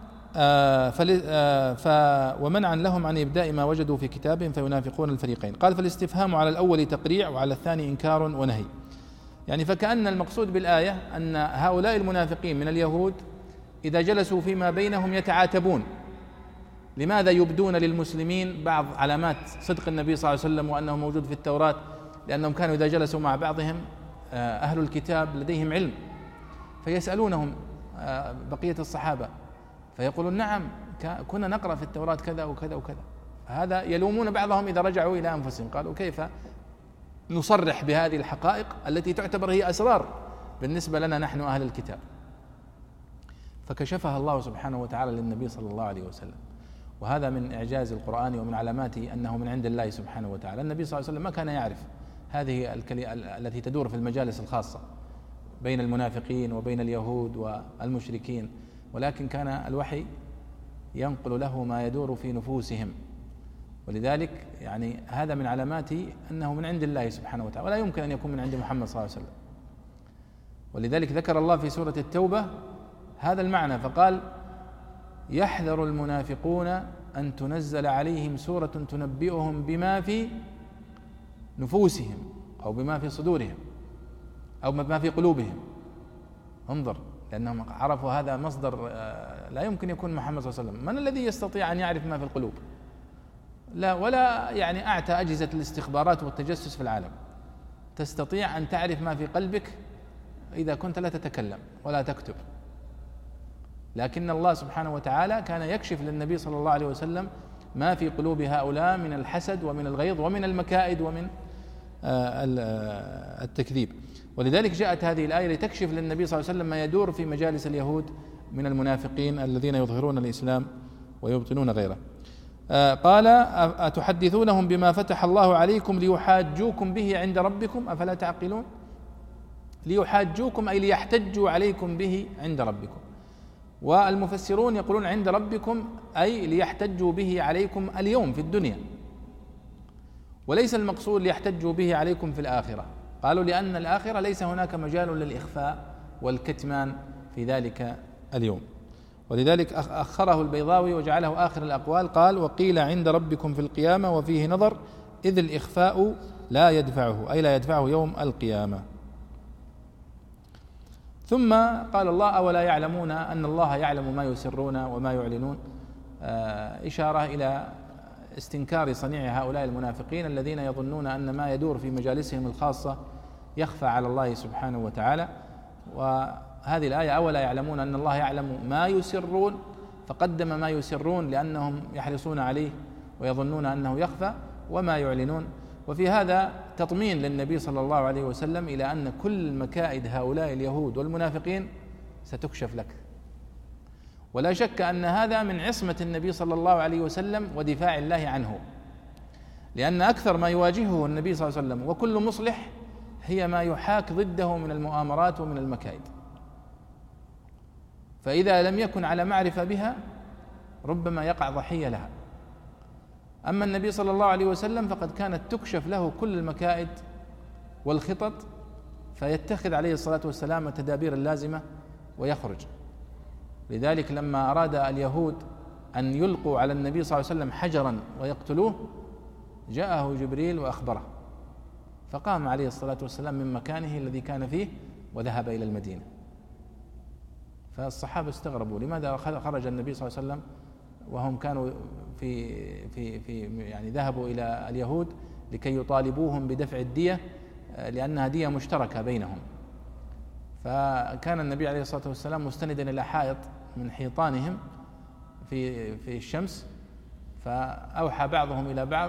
ومنعا لهم عن إبداء ما وجدوا في كتابهم فينافقون الفريقين. قال فالاستفهام على الأول تقريع وعلى الثاني إنكار ونهي، يعني فكأن المقصود بالآية أن هؤلاء المنافقين من اليهود إذا جلسوا فيما بينهم يتعاتبون لماذا يبدون للمسلمين بعض علامات صدق النبي صلى الله عليه وسلم وأنه موجود في التوراة، لأنهم كانوا إذا جلسوا مع بعضهم أهل الكتاب لديهم علم فيسألونهم بقية الصحابة فيقولون نعم كنا نقرأ في التوراة كذا وكذا وكذا. هذا يلومون بعضهم إذا رجعوا إلى أنفسهم، قالوا كيف نصرح بهذه الحقائق التي تعتبر هي أسرار بالنسبة لنا نحن أهل الكتاب. فكشفها الله سبحانه وتعالى للنبي صلى الله عليه وسلم، وهذا من إعجاز القرآن ومن علاماته أنه من عند الله سبحانه وتعالى. النبي صلى الله عليه وسلم ما كان يعرف هذه التي تدور في المجالس الخاصة بين المنافقين وبين اليهود والمشركين، ولكن كان الوحي ينقل له ما يدور في نفوسهم. ولذلك يعني هذا من علاماته أنه من عند الله سبحانه وتعالى، ولا يمكن أن يكون من عند محمد صلى الله عليه وسلم. ولذلك ذكر الله في سورة التوبة هذا المعنى فقال: يحذر المنافقون أن تنزل عليهم سورة تنبئهم بما في نفوسهم أو بما في صدورهم أو بما في قلوبهم. انظر، لأنهم عرفوا هذا مصدر لا يمكن يكون محمد صلى الله عليه وسلم. من الذي يستطيع أن يعرف ما في القلوب؟ لا، ولا يعني أعتى أجهزة الاستخبارات والتجسس في العالم تستطيع أن تعرف ما في قلبك إذا كنت لا تتكلم ولا تكتب. لكن الله سبحانه وتعالى كان يكشف للنبي صلى الله عليه وسلم ما في قلوب هؤلاء من الحسد ومن الغيظ ومن المكائد ومن التكذيب. ولذلك جاءت هذه الآية لتكشف للنبي صلى الله عليه وسلم ما يدور في مجالس اليهود من المنافقين الذين يظهرون الإسلام ويبطنون غيره. قال: أتحدثونهم بما فتح الله عليكم ليحاجوكم به عند ربكم أفلا تعقلون. ليحاجوكم أي ليحتجوا عليكم به عند ربكم. والمفسرون يقولون عند ربكم أي ليحتجوا به عليكم اليوم في الدنيا، وليس المقصود ليحتجوا به عليكم في الآخرة. قالوا لأن الآخرة ليس هناك مجال للإخفاء والكتمان في ذلك اليوم. ولذلك أخره البيضاوي وجعله آخر الأقوال، قال: وقيل عند ربكم في القيامة وفيه نظر إذ الإخفاء لا يدفعه، أي لا يدفعه يوم القيامة. ثم قال الله: أولا يعلمون أن الله يعلم ما يسرون وما يعلنون، إشارة إلى استنكار صنيع هؤلاء المنافقين الذين يظنون أن ما يدور في مجالسهم الخاصة يخفى على الله سبحانه وتعالى. وهذه الآية: أولا يعلمون أن الله يعلم ما يسرون، فقدم ما يسرون لأنهم يحرصون عليه ويظنون أنه يخفى، وما يعلنون. وفي هذا تطمين للنبي صلى الله عليه وسلم إلى أن كل مكائد هؤلاء اليهود والمنافقين ستكشف لك. ولا شك أن هذا من عصمة النبي صلى الله عليه وسلم ودفاع الله عنه، لأن أكثر ما يواجهه النبي صلى الله عليه وسلم وكل مصلح هي ما يحاك ضده من المؤامرات ومن المكائد، فإذا لم يكن على معرفة بها ربما يقع ضحية لها. أما النبي صلى الله عليه وسلم فقد كانت تكشف له كل المكائد والخطط، فيتخذ عليه الصلاة والسلام التدابير اللازمة ويخرج. لذلك لما أراد اليهود أن يلقوا على النبي صلى الله عليه وسلم حجرا ويقتلوه، جاءه جبريل وأخبره، فقام عليه الصلاة والسلام من مكانه الذي كان فيه وذهب إلى المدينة. فالصحابة استغربوا لماذا خرج النبي صلى الله عليه وسلم وهم كانوا في يعني ذهبوا إلى اليهود لكي يطالبوهم بدفع الدية لأنها دية مشتركة بينهم. فكان النبي عليه الصلاة والسلام مستندا إلى حائط من حيطانهم في الشمس، فأوحى بعضهم إلى بعض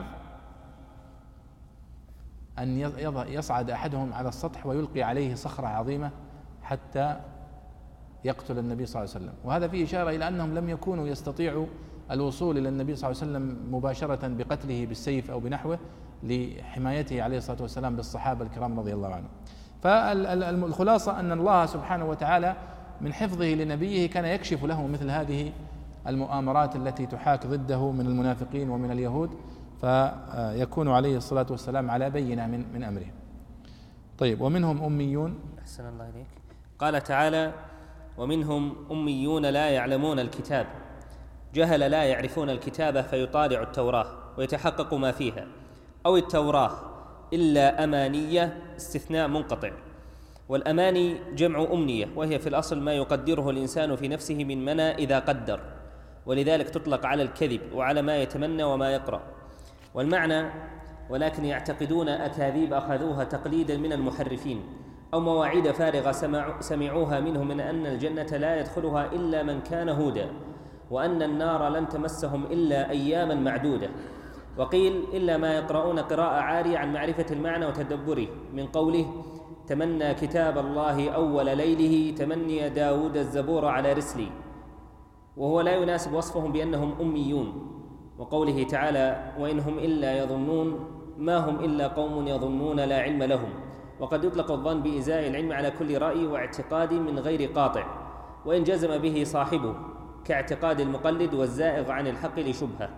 أن يصعد أحدهم على السطح ويلقي عليه صخرة عظيمة حتى يقتل النبي صلى الله عليه وسلم. وهذا فيه إشارة إلى أنهم لم يكونوا يستطيعوا الوصول إلى النبي صلى الله عليه وسلم مباشرة بقتله بالسيف أو بنحوه لحمايته عليه الصلاة والسلام بالصحابة الكرام رضي الله عنهم. فالخلاصة أن الله سبحانه وتعالى من حفظه لنبيه كان يكشف له مثل هذه المؤامرات التي تحاك ضده من المنافقين ومن اليهود، فيكون عليه الصلاة والسلام على بينة من أمره. طيب، ومنهم أميون. أحسن الله إليك. قال تعالى: ومنهم أميون لا يعلمون الكتاب، جهل لا يعرفون الكتاب فيطالع التوراة ويتحقق ما فيها، أو التوراة إلا أمانية، استثناء منقطع. والأماني جمع أمنية، وهي في الأصل ما يقدره الإنسان في نفسه من منى إذا قدر، ولذلك تطلق على الكذب وعلى ما يتمنى وما يقرأ. والمعنى: ولكن يعتقدون أكاذيب أخذوها تقليدا من المحرفين، أو مواعيد فارغة سمعوها منه من أن الجنة لا يدخلها إلا من كان هودا، وأن النار لن تمسهم إلا أياما معدودة. وقيل إلا ما يقرؤون قراءة عارية عن معرفة المعنى وتدبره، من قوله تمنى كتاب الله أول ليله تمني داود الزبور على رسلي، وهو لا يناسب وصفهم بأنهم أميون. وقوله تعالى وإنهم إلا يظنون ما هم إلا قوم يظنون لا علم لهم. وقد يطلق الظن بإزاء العلم على كل رأي واعتقاد من غير قاطع، وإن جزم به صاحبه، كاعتقاد المقلد والزائغ عن الحق لشبهة.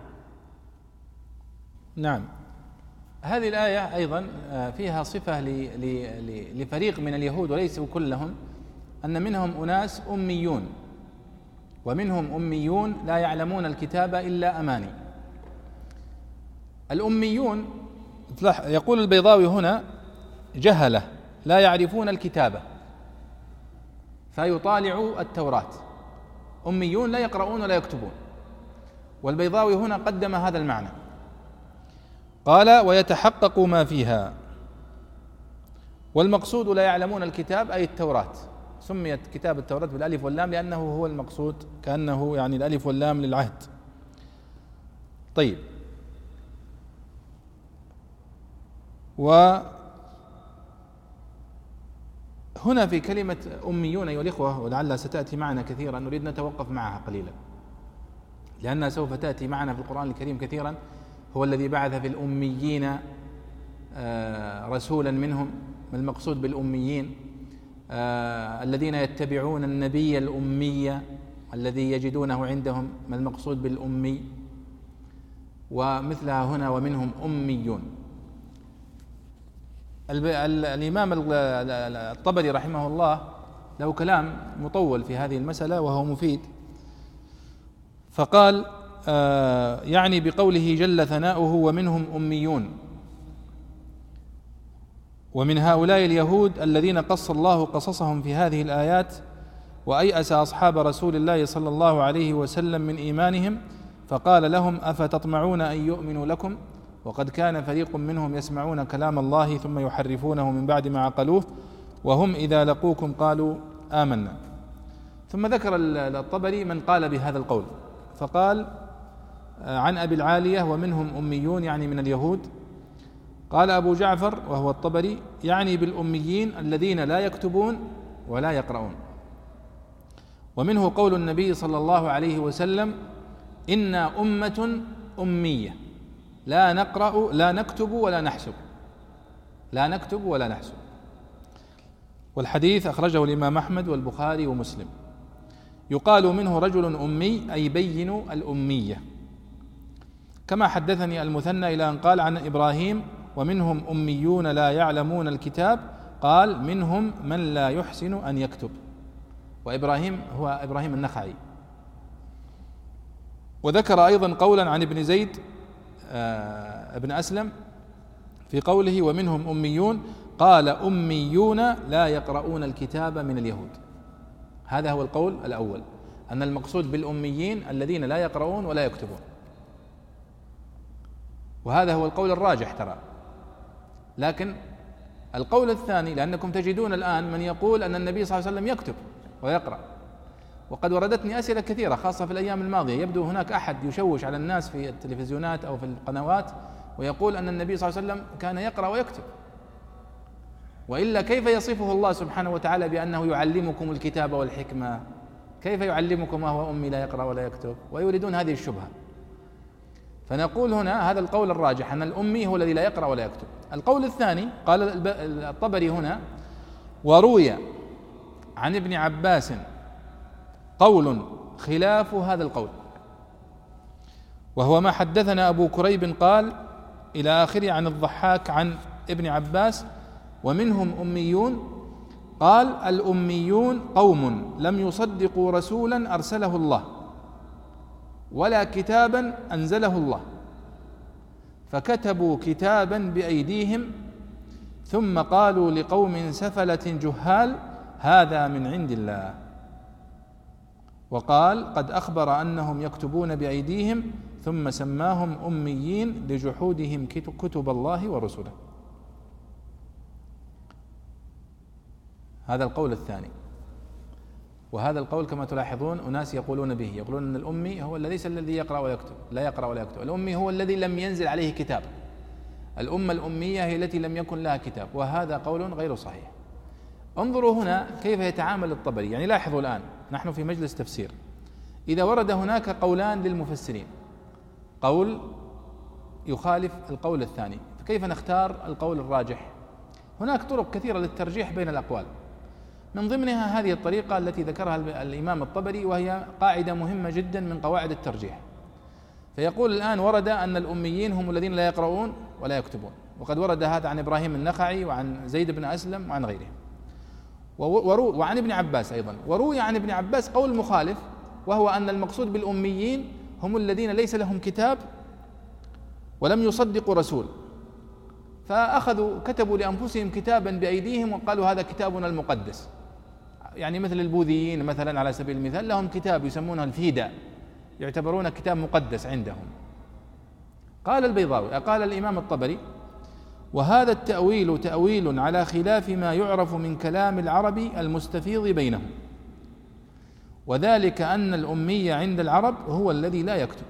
نعم، هذه الآية أيضا فيها صفة لفريق من اليهود وليسوا كلهم، أن منهم أناس أميون، ومنهم أميون لا يعلمون الكتاب إلا أماني. الأميون يقول البيضاوي هنا جهلة لا يعرفون الكتابة فيطالعوا التوراة، أميون لا يقرؤون ولا يكتبون. والبيضاوي هنا قدم هذا المعنى، قال ويتحقق ما فيها، والمقصود لا يعلمون الكتاب أي التوراة. سميت كتاب التوراة بالألف واللام لأنه هو المقصود، كأنه يعني الألف واللام للعهد. طيب، وهنا في كلمة أميون أيها الإخوة، ولعلها ستأتي معنا كثيرا، نريد نتوقف معها قليلا لأنها سوف تأتي معنا في القرآن الكريم كثيرا. هو الذي بعث في الأميين رسولا منهم. ما المقصود بالأميين؟ الذين يتبعون النبي الأمي الذي يجدونه عندهم. ما المقصود بالأمي؟ ومثلها هنا ومنهم أميون. الإمام الطبري رحمه الله له كلام مطول في هذه المسألة وهو مفيد، فقال يعني بقوله جل ثناؤه ومنهم أميون، ومن هؤلاء اليهود الذين قص الله قصصهم في هذه الآيات، وأيأس أصحاب رسول الله صلى الله عليه وسلم من إيمانهم، فقال لهم أفتطمعون أن يؤمنوا لكم وقد كان فريق منهم يسمعون كلام الله ثم يحرفونه من بعد ما عقلوه وهم إذا لقوكم قالوا آمنا. ثم ذكر الطبري من قال بهذا القول، فقال عن أبي العالية ومنهم أميون يعني من اليهود. قال أبو جعفر وهو الطبري يعني بالأميين الذين لا يكتبون ولا يقرؤون. ومنه قول النبي صلى الله عليه وسلم إنا أمة أمية لا نقرأ لا نكتب ولا نحسب، لا نكتب ولا نحسب. والحديث أخرجه الإمام أحمد والبخاري ومسلم. يقال منه رجل أمي أي بين الأمية، كما حدثني المثنى إلى أن قال عن إبراهيم ومنهم أميون لا يعلمون الكتاب، قال منهم من لا يحسن أن يكتب. وإبراهيم هو إبراهيم النخعي. وذكر أيضا قولا عن ابن زيد ابن أسلم في قوله ومنهم أميون، قال أميون لا يقرؤون الكتاب من اليهود. هذا هو القول الأول، أن المقصود بالأميين الذين لا يقرؤون ولا يكتبون، وهذا هو القول الراجح ترى. لكن القول الثاني، لأنكم تجدون الآن من يقول أن النبي صلى الله عليه وسلم يكتب ويقرأ، وقد وردتني أسئلة كثيرة خاصة في الأيام الماضية، يبدو هناك أحد يشوش على الناس في التلفزيونات أو في القنوات ويقول أن النبي صلى الله عليه وسلم كان يقرأ ويكتب، وإلا كيف يصفه الله سبحانه وتعالى بأنه يعلمكم الكتاب والحكمة؟ كيف يعلمكم وهو أمي لا يقرأ ولا يكتب؟ ويريدون هذه الشبهة. فنقول هنا هذا القول الراجح، أن الأمي هو الذي لا يقرأ ولا يكتب. القول الثاني قال الطبري هنا وروي عن ابن عباس قول خلاف هذا القول، وهو ما حدثنا أبو كريب قال إلى آخره عن الضحاك عن ابن عباس ومنهم أميون، قال الأميون قوم لم يصدقوا رسولا أرسله الله ولا كتابا أنزله الله، فكتبوا كتابا بأيديهم ثم قالوا لقوم سفلة جهال هذا من عند الله. وقال قد أخبر أنهم يكتبون بأيديهم ثم سماهم أميين لجحودهم كتب الله ورسله. هذا القول الثاني. وهذا القول كما تلاحظون أناس يقولون به، يقولون أن الأمي هو ليس الذي يقرأ ويكتب، لا يقرأ ولا يكتب. الأمي هو الذي لم ينزل عليه كتاب. الأمة الأمية هي التي لم يكن لها كتاب، وهذا قول غير صحيح. انظروا هنا كيف يتعامل الطبري. يعني لاحظوا الآن نحن في مجلس تفسير، إذا ورد هناك قولان للمفسرين، قول يخالف القول الثاني، فكيف نختار القول الراجح؟ هناك طرق كثيرة للترجيح بين الأقوال، من ضمنها هذه الطريقة التي ذكرها الإمام الطبري، وهي قاعدة مهمة جدا من قواعد الترجيح. فيقول الآن ورد أن الأميين هم الذين لا يقرؤون ولا يكتبون، وقد ورد هذا عن إبراهيم النخعي وعن زيد بن أسلم وعن غيرهم، وعن ابن عباس أيضا. وروي عن ابن عباس قول مخالف، وهو أن المقصود بالأميين هم الذين ليس لهم كتاب ولم يصدقوا رسول، فأخذوا كتبوا لأنفسهم كتابا بأيديهم وقالوا هذا كتابنا المقدس. يعني مثل البوذيين مثلا على سبيل المثال، لهم كتاب يسمونه الفيدا، يعتبرون كتاب مقدس عندهم. قال البيضاوي، قال الإمام الطبري: وهذا التأويل تأويل على خلاف ما يعرف من كلام العرب المستفيض بينهم، وذلك أن الأمي عند العرب هو الذي لا يكتب.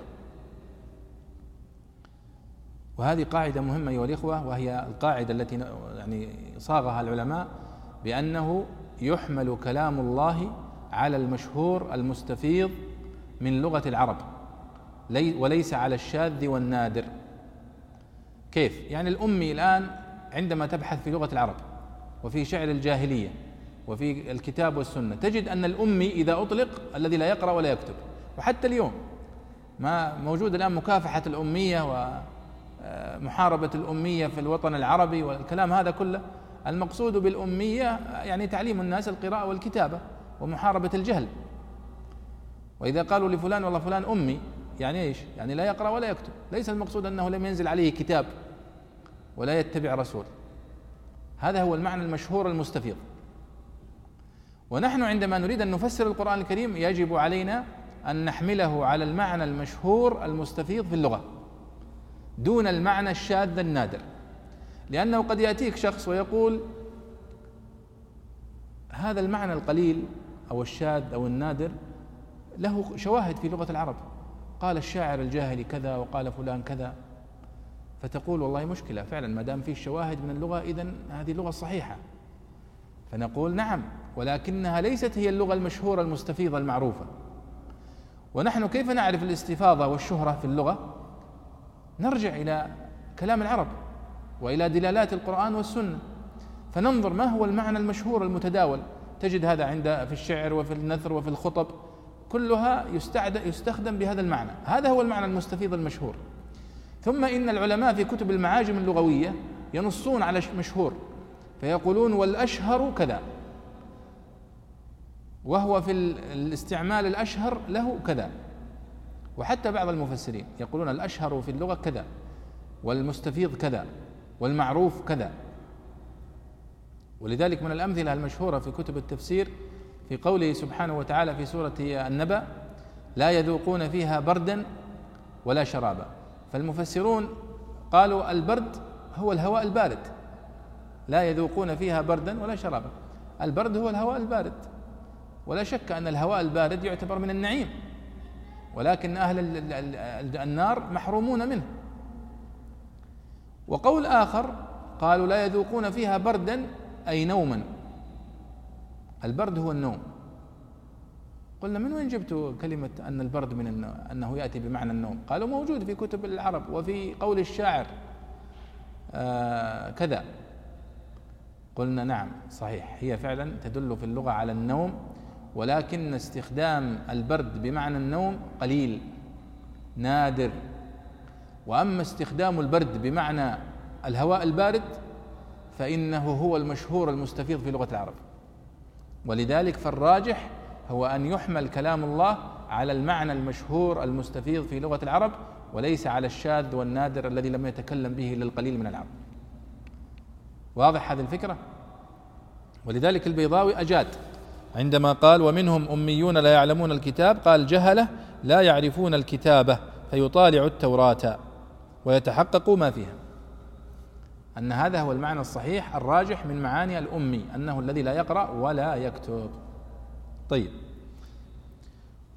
وهذه قاعدة مهمة أيها الإخوة، وهي القاعدة التي يعني صاغها العلماء بأنه يحمل كلام الله على المشهور المستفيض من لغة العرب، وليس على الشاذ والنادر. كيف؟ يعني الأمي الآن عندما تبحث في لغة العرب وفي شعر الجاهلية وفي الكتاب والسنة، تجد أن الأمي إذا أطلق الذي لا يقرأ ولا يكتب. وحتى اليوم ما موجود الآن مكافحة الأمية ومحاربة الأمية في الوطن العربي والكلام هذا كله، المقصود بالأمية يعني تعليم الناس القراءة والكتابة ومحاربة الجهل. وإذا قالوا لفلان والله فلان أمي، يعني إيش؟ يعني لا يقرأ ولا يكتب، ليس المقصود أنه لم ينزل عليه كتاب ولا يتبع رسول. هذا هو المعنى المشهور المستفيض. ونحن عندما نريد أن نفسر القرآن الكريم يجب علينا أن نحمله على المعنى المشهور المستفيض في اللغة دون المعنى الشاذ النادر، لأنه قد يأتيك شخص ويقول هذا المعنى القليل أو الشاذ أو النادر له شواهد في لغة العرب، قال الشاعر الجاهلي كذا وقال فلان كذا، فتقول والله مشكلة فعلا، ما دام فيه شواهد من اللغة إذن هذه اللغة الصحيحة. فنقول نعم، ولكنها ليست هي اللغة المشهورة المستفيضة المعروفة. ونحن كيف نعرف الاستفاضة والشهرة في اللغة؟ نرجع إلى كلام العرب وإلى دلالات القرآن والسنة، فننظر ما هو المعنى المشهور المتداول. تجد هذا في الشعر وفي النثر وفي الخطب، كلها يستخدم بهذا المعنى، هذا هو المعنى المستفيض المشهور. ثم إن العلماء في كتب المعاجم اللغوية ينصون على مشهور فيقولون والأشهر كذا، وهو في الاستعمال الأشهر له كذا. وحتى بعض المفسرين يقولون الأشهر في اللغة كذا، والمستفيض كذا، والمعروف كذا. ولذلك من الأمثلة المشهورة في كتب التفسير في قوله سبحانه وتعالى في سورة النبأ: لا يذوقون فيها بردا ولا شرابا. فالمفسرون قالوا البرد هو الهواء البارد، لا يذوقون فيها بردا ولا شرابا. البرد هو الهواء البارد، ولا شك أن الهواء البارد يعتبر من النعيم، ولكن أهل النار محرومون منه. وقول آخر قالوا لا يذوقون فيها بردا أي نوما، البرد هو النوم. قلنا من وين جبتوا كلمة أن البرد أنه يأتي بمعنى النوم؟ قالوا موجود في كتب العرب وفي قول الشاعر كذا. قلنا نعم صحيح، هي فعلا تدل في اللغة على النوم، ولكن استخدام البرد بمعنى النوم قليل نادر. وأما استخدام البرد بمعنى الهواء البارد فإنه هو المشهور المستفيض في لغة العرب. ولذلك فالراجح هو أن يحمل كلام الله على المعنى المشهور المستفيض في لغة العرب، وليس على الشاذ والنادر الذي لم يتكلم به إلا القليل من العرب. واضح هذه الفكرة؟ ولذلك البيضاوي أجاد عندما قال ومنهم أميون لا يعلمون الكتاب، قال جهلة لا يعرفون الكتابة فيطالع التوراة ويتحقق ما فيها، أن هذا هو المعنى الصحيح الراجح من معاني الأمي، أنه الذي لا يقرأ ولا يكتب. طيب،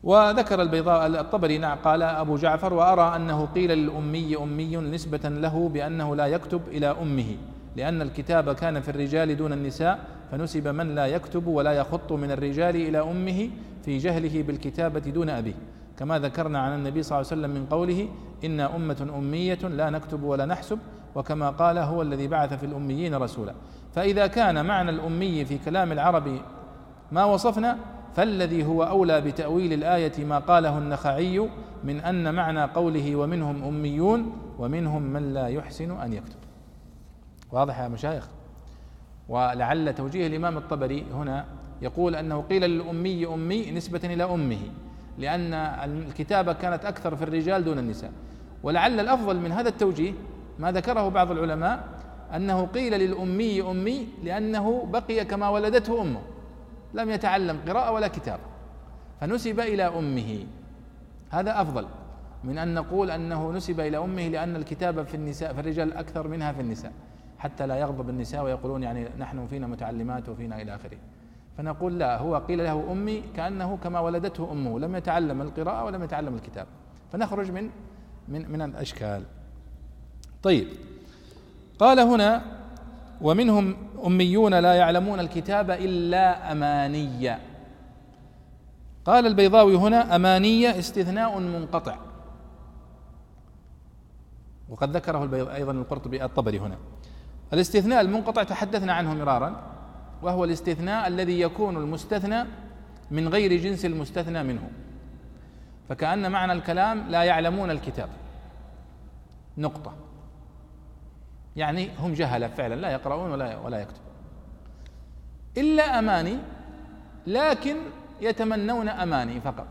وذكر الطبري قال أبو جعفر: وأرى أنه قيل للأمي أمي نسبة له بأنه لا يكتب إلى أمه، لأن الكتاب كان في الرجال دون النساء، فنسب من لا يكتب ولا يخط من الرجال إلى أمه في جهله بالكتابة دون أبيه، كما ذكرنا عن النبي صلى الله عليه وسلم من قوله: إنا أمة أمية لا نكتب ولا نحسب، وكما قال: هو الذي بعث في الأميين رسولا. فإذا كان معنى الأمي في كلام العرب ما وصفنا، فالذي هو أولى بتأويل الآية ما قاله النخعي من أن معنى قوله: ومنهم أميون، ومنهم من لا يحسن أن يكتب. واضح يا مشايخ؟ ولعل توجيه الإمام الطبري هنا يقول أنه قيل للأمي أمي نسبة إلى أمه، لأن الكتابة كانت أكثر في الرجال دون النساء. ولعل الأفضل من هذا التوجيه ما ذكره بعض العلماء، أنه قيل للأمي أمي لأنه بقي كما ولدته أمه، لم يتعلم قراءة ولا كتابة، فنسب إلى أمه. هذا أفضل من أن نقول أنه نسب إلى أمه لأن الكتابة في النساء في الرجال أكثر منها في النساء، حتى لا يغضب النساء ويقولون يعني نحن فينا متعلمات وفينا إلى آخره. فنقول لا، هو قيل له أمي كأنه كما ولدته أمه، لم يتعلم القراءة ولم يتعلم الكتاب، فنخرج من الأشكال. طيب، قال هنا: ومنهم أميون لا يعلمون الكتاب إلا أماني. قال البيضاوي هنا: أماني استثناء منقطع، وقد ذكره أيضا القرطبي الطبري هنا. الاستثناء المنقطع تحدثنا عنه مرارا، وهو الاستثناء الذي يكون المستثنى من غير جنس المستثنى منه، فكأن معنى الكلام لا يعلمون الكتاب نقطة، يعني هم جهلة فعلا لا يقرؤون ولا يكتب. إلا أماني، لكن يتمنون أماني فقط،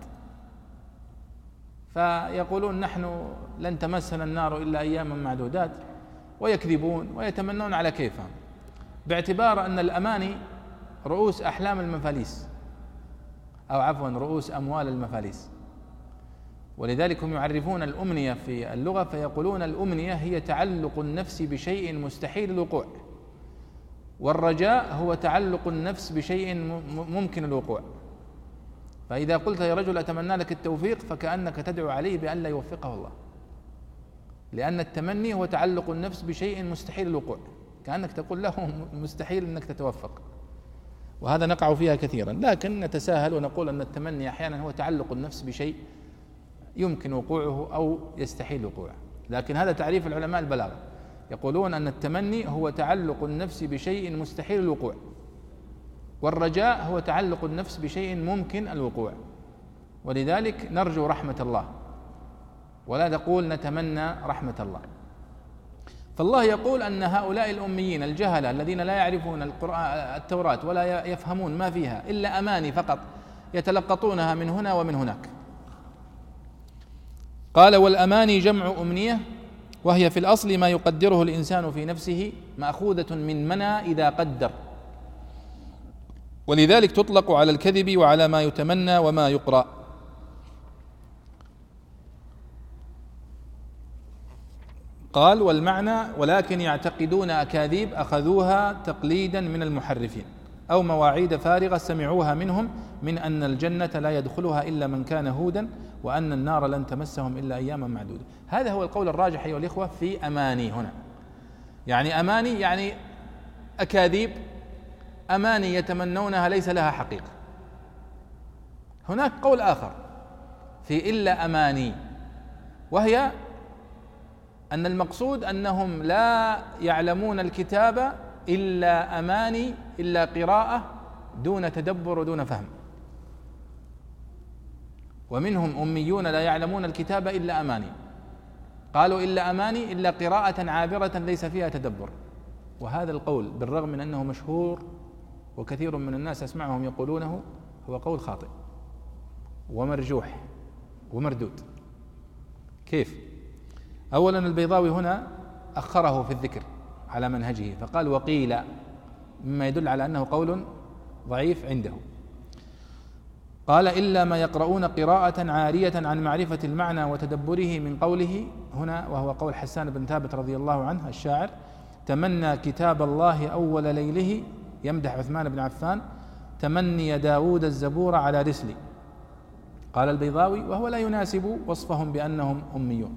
فيقولون نحن لن تمسنا النار إلا أياما معدودات، ويكذبون ويتمنون على كيفهم، باعتبار أن الأماني رؤوس أحلام المفاليس، أو عفوا رؤوس أموال المفاليس. ولذلك هم يعرفون الأمنية في اللغة فيقولون: الأمنية هي تعلق النفس بشيء مستحيل الوقوع، والرجاء هو تعلق النفس بشيء ممكن الوقوع. فإذا قلت يا رجل أتمنى لك التوفيق، فكأنك تدعو عليه بأن لا يوفقه الله، لأن التمني هو تعلق النفس بشيء مستحيل الوقوع، كأنك تقول له مستحيل أنك تتوفق. وهذا نقع فيها كثيرا، لكن نتساهل ونقول أن التمني أحيانا هو تعلق النفس بشيء يمكن وقوعه أو يستحيل وقوعه. لكن هذا تعريف العلماء البلاغة، يقولون أن التمني هو تعلق النفس بشيء مستحيل الوقوع، والرجاء هو تعلق النفس بشيء ممكن الوقوع. ولذلك نرجو رحمة الله ولا نقول نتمنى رحمة الله. فالله يقول أن هؤلاء الأميين الجهلة الذين لا يعرفون التوراة ولا يفهمون ما فيها إلا أماني فقط يتلقطونها من هنا ومن هناك. قال: والأماني جمع أمنية، وهي في الأصل ما يقدره الإنسان في نفسه، مأخوذة من منى إذا قدر، ولذلك تطلق على الكذب وعلى ما يتمنى وما يقرأ. قال: والمعنى: ولكن يعتقدون أكاذيب أخذوها تقليدا من المحرفين، أو مواعيد فارغة سمعوها منهم من أن الجنة لا يدخلها إلا من كان هودا، وأن النار لن تمسهم إلا أياما معدودة. هذا هو القول الراجح أيها الإخوة في أماني هنا، يعني أماني يعني أكاذيب، أماني يتمنونها ليس لها حقيقة. هناك قول آخر في إلا أماني، وهي أن المقصود أنهم لا يعلمون الكتاب إلا أماني، إلا قراءة دون تدبر ودون فهم. ومنهم أميون لا يعلمون الكتاب إلا أماني، قالوا إلا أماني إلا قراءة عابرة ليس فيها تدبر. وهذا القول بالرغم من أنه مشهور وكثير من الناس أسمعهم يقولونه هو قول خاطئ ومرجوح ومردود. كيف؟ أولا البيضاوي هنا أخره في الذكر على منهجه فقال: وقيل، مما يدل على أنه قول ضعيف عنده. قال: إلا ما يقرؤون قراءة عارية عن معرفة المعنى وتدبره من قوله هنا، وهو قول حسان بن ثابت رضي الله عنه الشاعر: تمنى كتاب الله أول ليله، يمدح عثمان بن عفان: تمني داود الزبور على رسلي. قال البيضاوي: وهو لا يناسب وصفهم بأنهم أميون،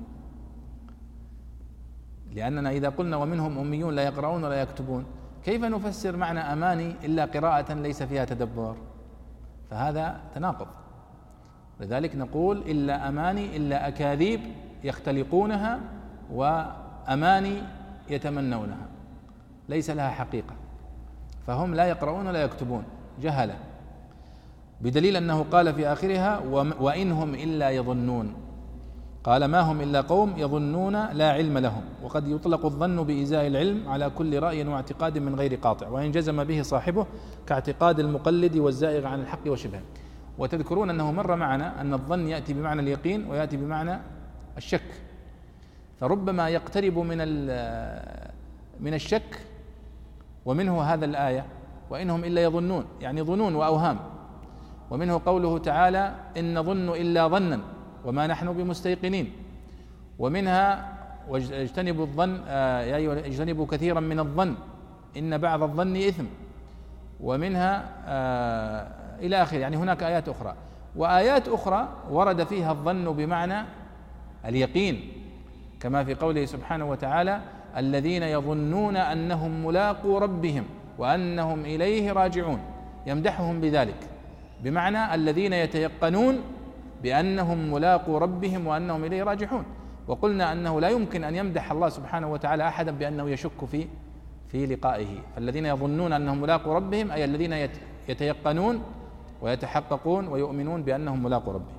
لأننا إذا قلنا ومنهم أميون لا يقرؤون ولا يكتبون، كيف نفسر معنى أماني إلا قراءة ليس فيها تدبر؟ فهذا تناقض. لذلك نقول: إلا أماني، إلا أكاذيب يختلقونها وأماني يتمنونها، ليس لها حقيقة، فهم لا يقرؤون ولا يكتبون، جهلة، بدليل أنه قال في آخرها: وإنهم إلا يظنون. قال: ما هم إلا قوم يظنون لا علم لهم. وقد يطلق الظن بإزاء العلم على كل رأي واعتقاد من غير قاطع، وإن جزم به صاحبه، كاعتقاد المقلد والزائغ عن الحق وشبهه. وتذكرون أنه مر معنا أن الظن يأتي بمعنى اليقين ويأتي بمعنى الشك، فربما يقترب من الشك، ومنه هذا الآية: وإنهم إلا يظنون، يعني ظنون وأوهام. ومنه قوله تعالى: إن نظن إلا ظنا وما نحن بمستيقنين. ومنها: واجتنبوا الظن يا أيها اجتنبوا كثيرا من الظن إن بعض الظن إثم. ومنها إلى آخره، يعني هناك آيات أخرى. وآيات أخرى ورد فيها الظن بمعنى اليقين، كما في قوله سبحانه وتعالى: الذين يظنون أنهم ملاقو ربهم وأنهم إليه راجعون، يمدحهم بذلك، بمعنى الذين يتيقنون بأنهم ملاقو ربهم وأنهم إليه راجعون. وقلنا أنه لا يمكن أن يمدح الله سبحانه وتعالى أحدا بأنه يشك في لقائه. فالذين يظنون أنهم ملاقو ربهم أي الذين يتيقنون ويتحققون ويؤمنون بأنهم ملاقو ربهم.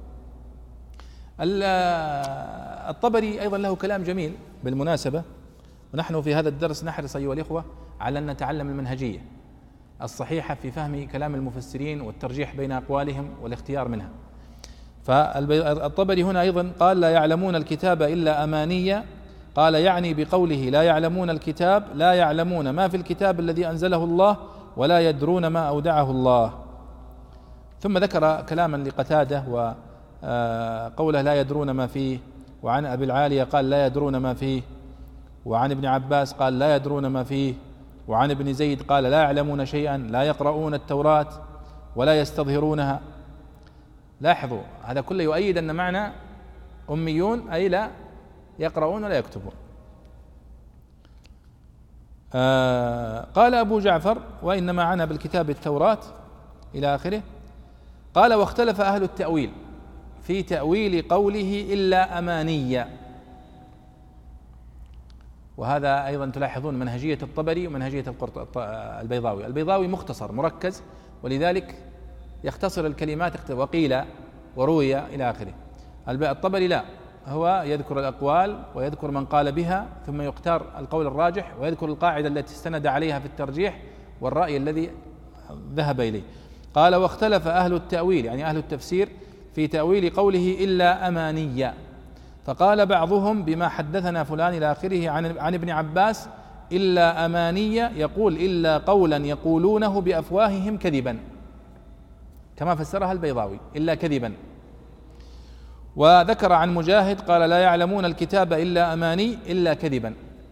الطبري أيضا له كلام جميل بالمناسبة، ونحن في هذا الدرس نحرص أيها الإخوة على أن نتعلم المنهجية الصحيحة في فهم كلام المفسرين والترجيح بين أقوالهم والاختيار منها. فالطبري هنا أيضا قال: لا يعلمون الكتاب إلا أمانية. قال يعني بقوله لا يعلمون الكتاب لا يعلمون ما في الكتاب الذي أنزله الله ولا يدرون ما أودعه الله. ثم ذكر كلاما لقتادة وقوله لا يدرون ما فيه، وعن أبي العالية قال لا يدرون ما فيه، وعن ابن عباس قال لا يدرون ما فيه، وعن ابن زيد قال لا يعلمون شيئا، لا يقرؤون التوراة ولا يستظهرونها. لاحظوا هذا كله يؤيد أن معنى أميون أي لا يقرؤون ولا يكتبون. قال أبو جعفر: وإنما عنى بالكتاب التوراة إلى آخره. قال: واختلف أهل التأويل في تأويل قوله إلا أمانية. وهذا أيضا تلاحظون منهجية الطبري ومنهجية البيضاوي. البيضاوي مختصر مركز، ولذلك يختصر الكلمات، وقيل وروي إلى آخره. الطبري لا، هو يذكر الأقوال ويذكر من قال بها، ثم يختار القول الراجح ويذكر القاعدة التي استند عليها في الترجيح والرأي الذي ذهب إليه. قال: واختلف أهل التأويل يعني أهل التفسير في تأويل قوله إلا أمانية، فقال بعضهم بما حدثنا فلان إلى آخره عن ابن عباس إلا أمانية، يقول إلا قولا يقولونه بأفواههم كذبا، كما فسرها البيضاوي إلا كذبا. وذكر عن مجاهد قال لا يعلمون الكتاب إلا أماني إلا كذبا.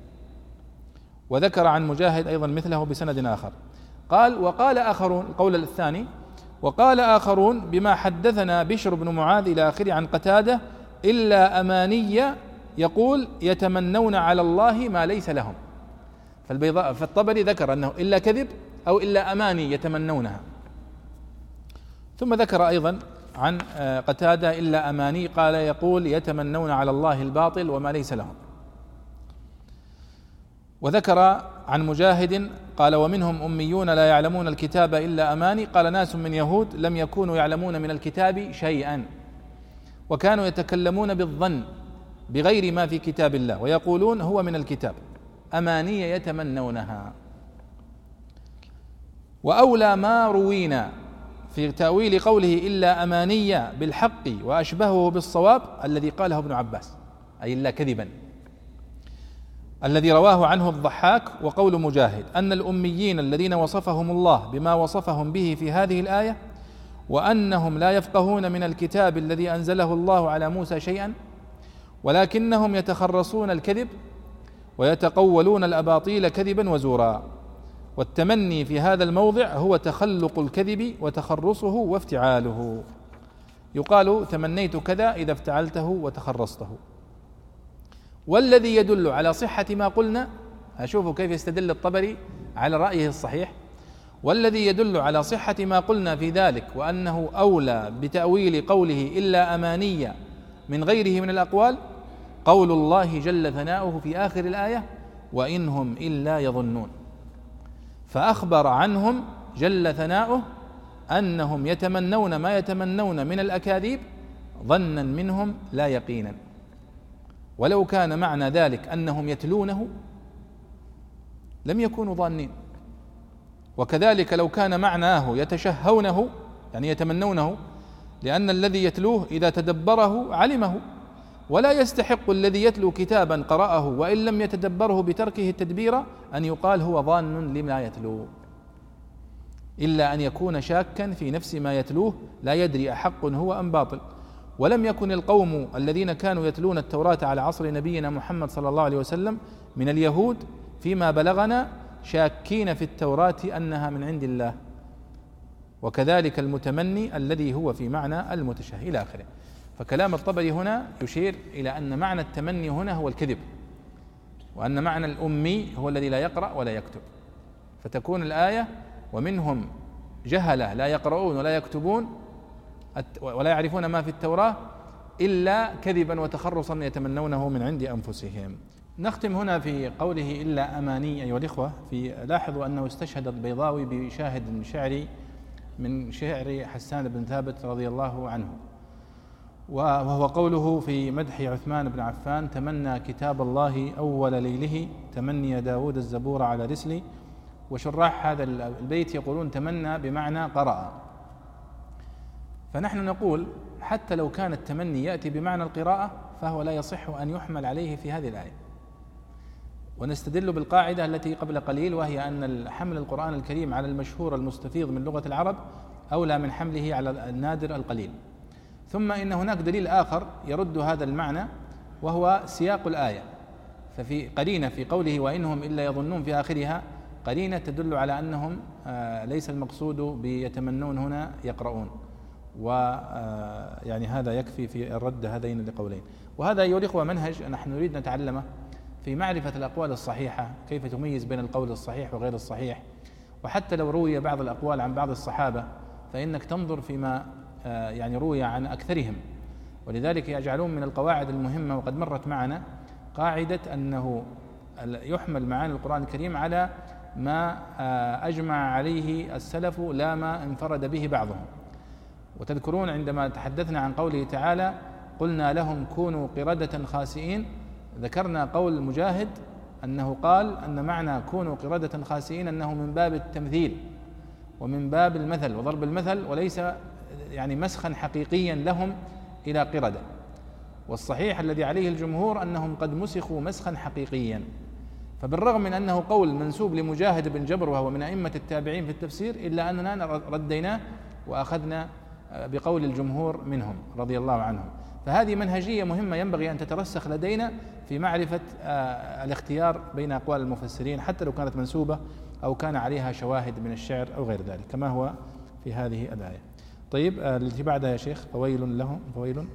وذكر عن مجاهد أيضا مثله بسند آخر. قال: وقال آخرون، القول الثاني، وقال آخرون بما حدثنا بشر بن معاذ إلى آخره عن قتادة إلا أمانية، يقول يتمنون على الله ما ليس لهم. فالطبري ذكر أنه إلا كذب أو إلا أماني يتمنونها. ثم ذكر أيضا عن قتادة إلا أماني، قال يقول يتمنون على الله الباطل وما ليس لهم. وذكر عن مجاهد قال ومنهم أميون لا يعلمون الكتاب إلا أماني، قال ناس من يهود لم يكونوا يعلمون من الكتاب شيئا، وكانوا يتكلمون بالظن بغير ما في كتاب الله ويقولون هو من الكتاب، أماني يتمنونها. وأولى ما روينا في تأويل قوله إلا أمانية بالحق وأشبهه بالصواب الذي قاله ابن عباس، أي إلا كذبا، الذي رواه عنه الضحاك. وقول مجاهد أن الأميين الذين وصفهم الله بما وصفهم به في هذه الآية وأنهم لا يفقهون من الكتاب الذي أنزله الله على موسى شيئا، ولكنهم يتخرصون الكذب ويتقولون الأباطيل كذبا وزورا. والتمني في هذا الموضع هو تخلق الكذب وتخرصه وافتعاله. يقال تمنيت كذا إذا افتعلته وتخرصته. والذي يدل على صحة ما قلنا، أشوفوا كيف يستدل الطبري على رأيه الصحيح، والذي يدل على صحة ما قلنا في ذلك وأنه أولى بتأويل قوله إلا أماني من غيره من الأقوال قول الله جل ثناؤه في آخر الآية وإن هم إلا يظنون، فأخبر عنهم جل ثناؤه أنهم يتمنون ما يتمنون من الأكاذيب ظنا منهم لا يقينا، ولو كان معنى ذلك أنهم يتلونه لم يكونوا ظانين، وكذلك لو كان معناه يتشهونه يعني يتمنونه، لأن الذي يتلوه إذا تدبره علمه، ولا يستحق الذي يتلو كتابا قرأه وإن لم يتدبره بتركه التدبير أن يقال هو ظان لما يتلو، إلا أن يكون شاكا في نفس ما يتلوه لا يدري أحق هو أم باطل. ولم يكن القوم الذين كانوا يتلون التوراة على عصر نبينا محمد صلى الله عليه وسلم من اليهود فيما بلغنا شاكين في التوراة أنها من عند الله، وكذلك المتمني الذي هو في معنى المتشهي إلى آخره. فكلام الطبري هنا يشير إلى أن معنى التمني هنا هو الكذب، وأن معنى الأمي هو الذي لا يقرأ ولا يكتب، فتكون الآية ومنهم جهلة لا يقرؤون ولا يكتبون ولا يعرفون ما في التوراة إلا كذبا وتخرصا يتمنونه من عند أنفسهم. نختم هنا في قوله إلا أماني أيها الإخوة، لاحظوا أنه استشهد البيضاوي بشاهد شعري من شعر حسان بن ثابت رضي الله عنه، وهو قوله في مدح عثمان بن عفان: تمنى كتاب الله أول ليله تمني داود الزبور على رسلي. وشراح هذا البيت يقولون تمنى بمعنى قرأ. فنحن نقول حتى لو كان التمني يأتي بمعنى القراءة فهو لا يصح أن يحمل عليه في هذه الآية، ونستدل بالقاعدة التي قبل قليل، وهي أن حمل القرآن الكريم على المشهور المستفيض من لغة العرب أولى من حمله على النادر القليل. ثم إن هناك دليل آخر يرد هذا المعنى وهو سياق الآية، ففي قرينة في قوله وإنهم إلا يظنون في آخرها قرينة تدل على أنهم ليس المقصود بيتمنون هنا يقرؤون، ويعني هذا يكفي في الرد هذين القولين. وهذا أيها الإخوة منهج نحن نريد نتعلمه في معرفة الأقوال الصحيحة، كيف تميز بين القول الصحيح وغير الصحيح. وحتى لو روي بعض الأقوال عن بعض الصحابة فإنك تنظر فيما يعني روي عن أكثرهم، ولذلك يجعلون من القواعد المهمة وقد مرت معنا قاعدة أنه يحمل معاني القرآن الكريم على ما أجمع عليه السلف لا ما انفرد به بعضهم. وتذكرون عندما تحدثنا عن قوله تعالى قلنا لهم كونوا قردة خاسئين، ذكرنا قول مجاهد أنه قال أن معنى كونوا قردة خاسئين أنه من باب التمثيل ومن باب المثل وضرب المثل، وليس يعني مسخا حقيقيا لهم إلى قردة. والصحيح الذي عليه الجمهور أنهم قد مسخوا مسخا حقيقيا. فبالرغم من أنه قول منسوب لمجاهد بن جبر وهو من أئمة التابعين في التفسير، إلا أننا رديناه وأخذنا بقول الجمهور منهم رضي الله عنهم. فهذه منهجية مهمة ينبغي أن تترسخ لدينا في معرفة الاختيار بين أقوال المفسرين حتى لو كانت منسوبة أو كان عليها شواهد من الشعر أو غير ذلك، كما هو في هذه الآية. طيب التي بعدها يا شيخ فويل لهم. فويل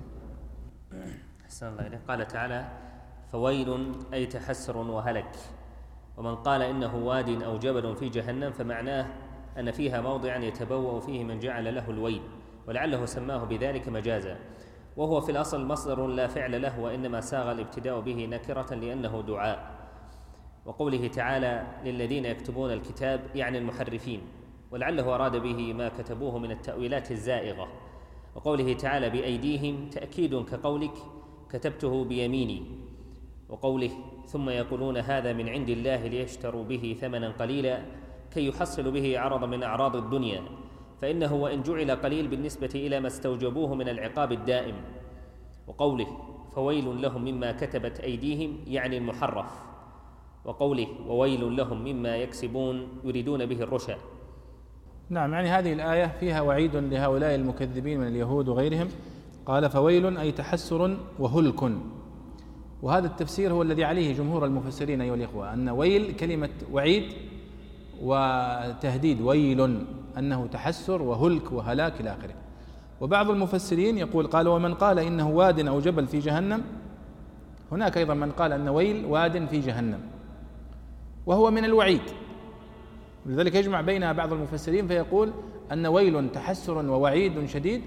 أحسن الله إليك. قال تعالى فويل أي تحسر وهلك. ومن قال إنه واد أو جبل في جهنم فمعناه أن فيها موضعا يتبوأ فيه من جعل له الويل، ولعله سماه بذلك مجازا، وهو في الأصل مصدر لا فعل له، وإنما ساغ الابتداء به نكرة لأنه دعاء. وقوله تعالى للذين يكتبون الكتاب يعني المحرفين، ولعله أراد به ما كتبوه من التأويلات الزائغة. وقوله تعالى بأيديهم تأكيد كقولك كتبته بيميني. وقوله ثم يقولون هذا من عند الله ليشتروا به ثمنا قليلا كي يحصلوا به عرضا من أعراض الدنيا، فإنه وإن جعل قليل بالنسبة إلى ما استوجبوه من العقاب الدائم. وقوله فويل لهم مما كتبت أيديهم يعني المحرف. وقوله وويل لهم مما يكسبون يريدون به الرشا. نعم، يعني هذه الآية فيها وعيد لهؤلاء المكذبين من اليهود وغيرهم. قال فويل أي تحسر وهلك، وهذا التفسير هو الذي عليه جمهور المفسرين أيها الإخوة، أن ويل كلمة وعيد وتهديد، ويل أنه تحسر وهلك وهلاك إلى آخره. وبعض المفسرين يقول قال ومن قال إنه واد أو جبل في جهنم، هناك أيضا من قال أن ويل واد في جهنم وهو من الوعيد، لذلك يجمع بينها بعض المفسرين فيقول أن ويل تحسر ووعيد شديد،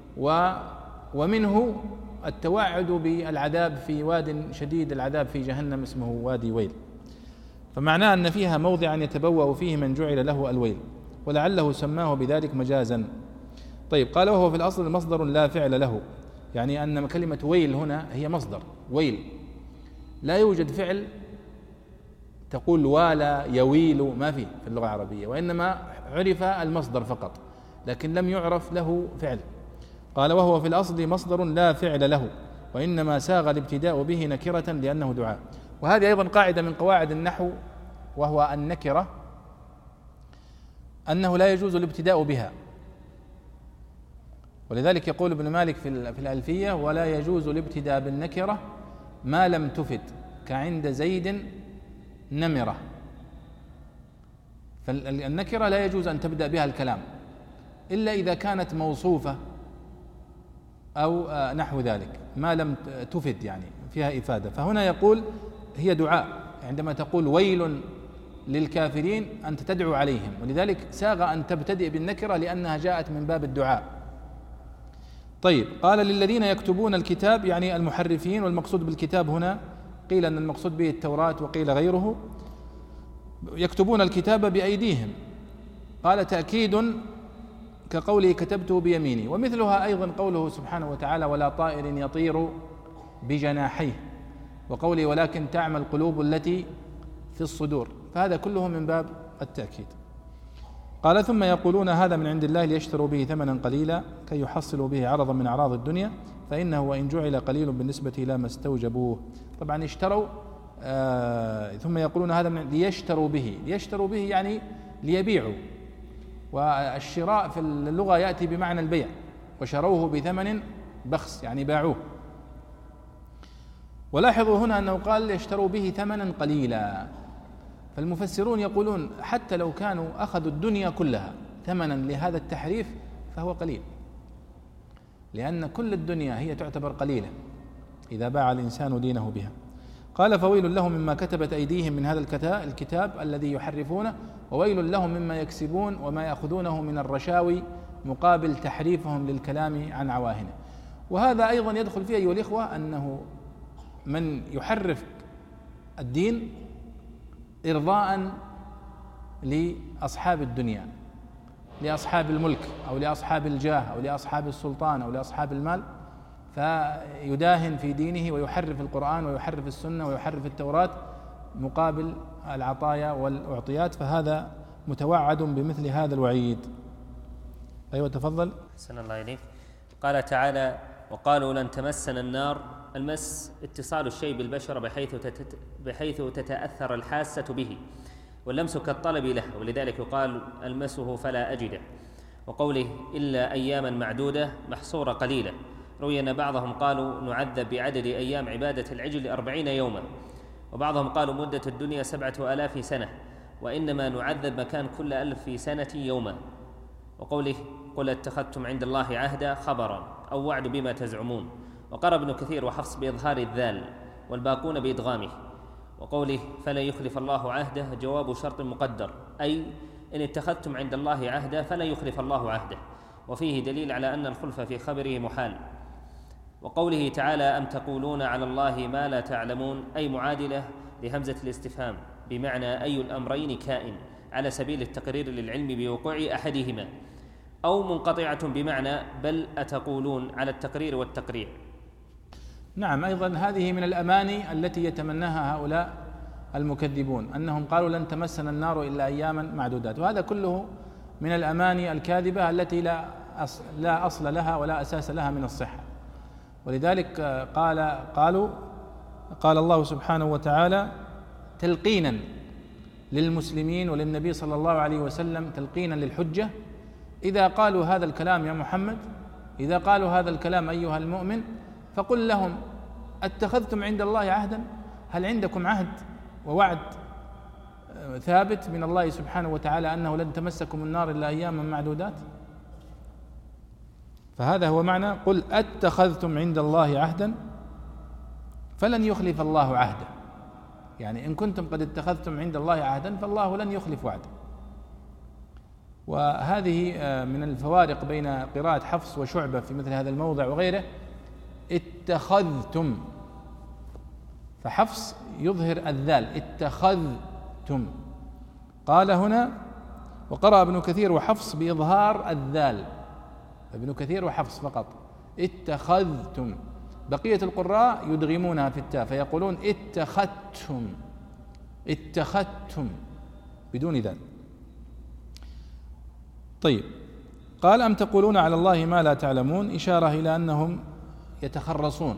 ومنه التوعد بالعذاب في واد شديد العذاب في جهنم اسمه وادي ويل، فمعناه أن فيها موضعا يتبوأ فيه من جعل له الويل، ولعله سماه بذلك مجازا. طيب قال وهو في الأصل مصدر لا فعل له، يعني أن كلمة ويل هنا هي مصدر ويل، لا يوجد فعل تقول والا يويل، ما في اللغة العربية، وإنما عرف المصدر فقط لكن لم يعرف له فعل. قال وهو في الأصل مصدر لا فعل له، وإنما ساغ الابتداء به نكرة لأنه دعاء. وهذه أيضا قاعدة من قواعد النحو، وهو النكرة أنه لا يجوز الابتداء بها، ولذلك يقول ابن مالك في الألفية ولا يجوز الابتداء بالنكرة ما لم تفد كعند زيد نمرة، فالنكرة لا يجوز أن تبدأ بها الكلام إلا إذا كانت موصوفة أو نحو ذلك، ما لم تفد يعني فيها إفادة. فهنا يقول هي دعاء، عندما تقول ويل للكافرين أنت تدعو عليهم، ولذلك ساغ أن تبتدئ بالنكرة لأنها جاءت من باب الدعاء. طيب قال للذين يكتبون الكتاب يعني المحرفين، والمقصود بالكتاب هنا قيل أن المقصود به التوراة وقيل غيره، يكتبون الكتاب بأيديهم، قال تأكيد كقوله كتبته بيميني، ومثلها أيضا قوله سبحانه وتعالى ولا طائر يطير بجناحيه، وقوله ولكن تعمى القلوب التي في الصدور، فهذا كله من باب التأكيد. قال ثم يقولون هذا من عند الله ليشتروا به ثمنا قليلا كي يحصلوا به عرضا من أعراض الدنيا فإنه وإن جعل قليل بالنسبة إلى ما استوجبوه. طبعا اشتروا ثم يقولون هذا من ليشتروا به، ليشتروا به يعني ليبيعوا، والشراء في اللغة يأتي بمعنى البيع، وشروه بثمن بخس يعني باعوه. ولاحظوا هنا أنه قال يشتروا به ثمنا قليلا، فالمفسرون يقولون حتى لو كانوا أخذوا الدنيا كلها ثمنا لهذا التحريف فهو قليل، لأن كل الدنيا هي تعتبر قليلة إذا باع الإنسان دينه بها. قال فويل لهم مما كتبت أيديهم من هذا الكتاب الذي يحرفونه، وويل لهم مما يكسبون وما يأخذونه من الرشاوي مقابل تحريفهم للكلام عن عواهنه. وهذا أيضا يدخل فيه أيها الإخوة أنه من يحرف الدين إرضاء لأصحاب الدنيا، لأصحاب الملك أو لأصحاب الجاه أو لأصحاب السلطان أو لأصحاب المال، فيداهن في دينه ويحرف القرآن ويحرف السنة ويحرف التوراة مقابل العطايا والأعطيات، فهذا متوعد بمثل هذا الوعيد. أيوة تفضل. أحسن الله إليك. قال تعالى وقالوا لن تمسنا النار. المس اتصال الشيء بالبشرة بحيث تتأثر الحاسة به، واللمس كالطلب له، ولذلك يقال ألمسه فلا أجده. وقوله إلا أياما معدودة محصورة قليلة. روي أن بعضهم قالوا نعذب بعدد أيام عبادة العجل 40 يوما، وبعضهم قالوا مدة الدنيا 7000 سنة، وإنما نعذب مكان كل 1000 سنة يوما. وقوله قل اتخذتم عند الله عهدا خبرا أو وعد بما تزعمون. وقرأ ابن كثير وحفص بإظهار الذال والباقون بإدغامه. وقوله فلا يخلف الله عهده جواب شرط مقدر، أي إن اتخذتم عند الله عهدا فلا يخلف الله عهده، وفيه دليل على أن الخلف في خبره محال. وقوله تعالى أم تقولون على الله ما لا تعلمون، أي معادلة لهمزة الاستفهام بمعنى أي الأمرين كائن، على سبيل التقرير للعلم بوقوع أحدهما، أو منقطعة بمعنى بل أتقولون على التقرير والتقريع. نعم، أيضا هذه من الأماني التي يتمناها هؤلاء المكذبون، أنهم قالوا لن تمسنا النار إلا أياما معدودات، وهذا كله من الأماني الكاذبة التي لا أصل لها ولا أساس لها من الصحة. ولذلك قال الله سبحانه وتعالى تلقينا للمسلمين وللنبي صلى الله عليه وسلم، تلقينا للحجة، إذا قالوا هذا الكلام يا محمد، إذا قالوا هذا الكلام أيها المؤمن، فقل لهم اتخذتم عند الله عهدا، هل عندكم عهد ووعد ثابت من الله سبحانه وتعالى أنه لن تمسكم النار إلا أياما معدودات؟ فهذا هو معنى قل أتخذتم عند الله عهدا فلن يخلف الله عهده، يعني إن كنتم قد اتخذتم عند الله عهدا فالله لن يخلف وعده. وهذه من الفوارق بين قراءة حفص وشعبة في مثل هذا الموضع وغيره، اتخذتم، فحفص يظهر الذال اتخذتم. قال هنا وقرأ ابن كثير وحفص بإظهار الذال، ابن كثير وحفص فقط اتخذتم. بقية القراء يدغمونها في التاء فيقولون اتخذتم بدون ذال. طيب، قال أم تقولون على الله ما لا تعلمون، إشارة إلى أنهم يتخرصون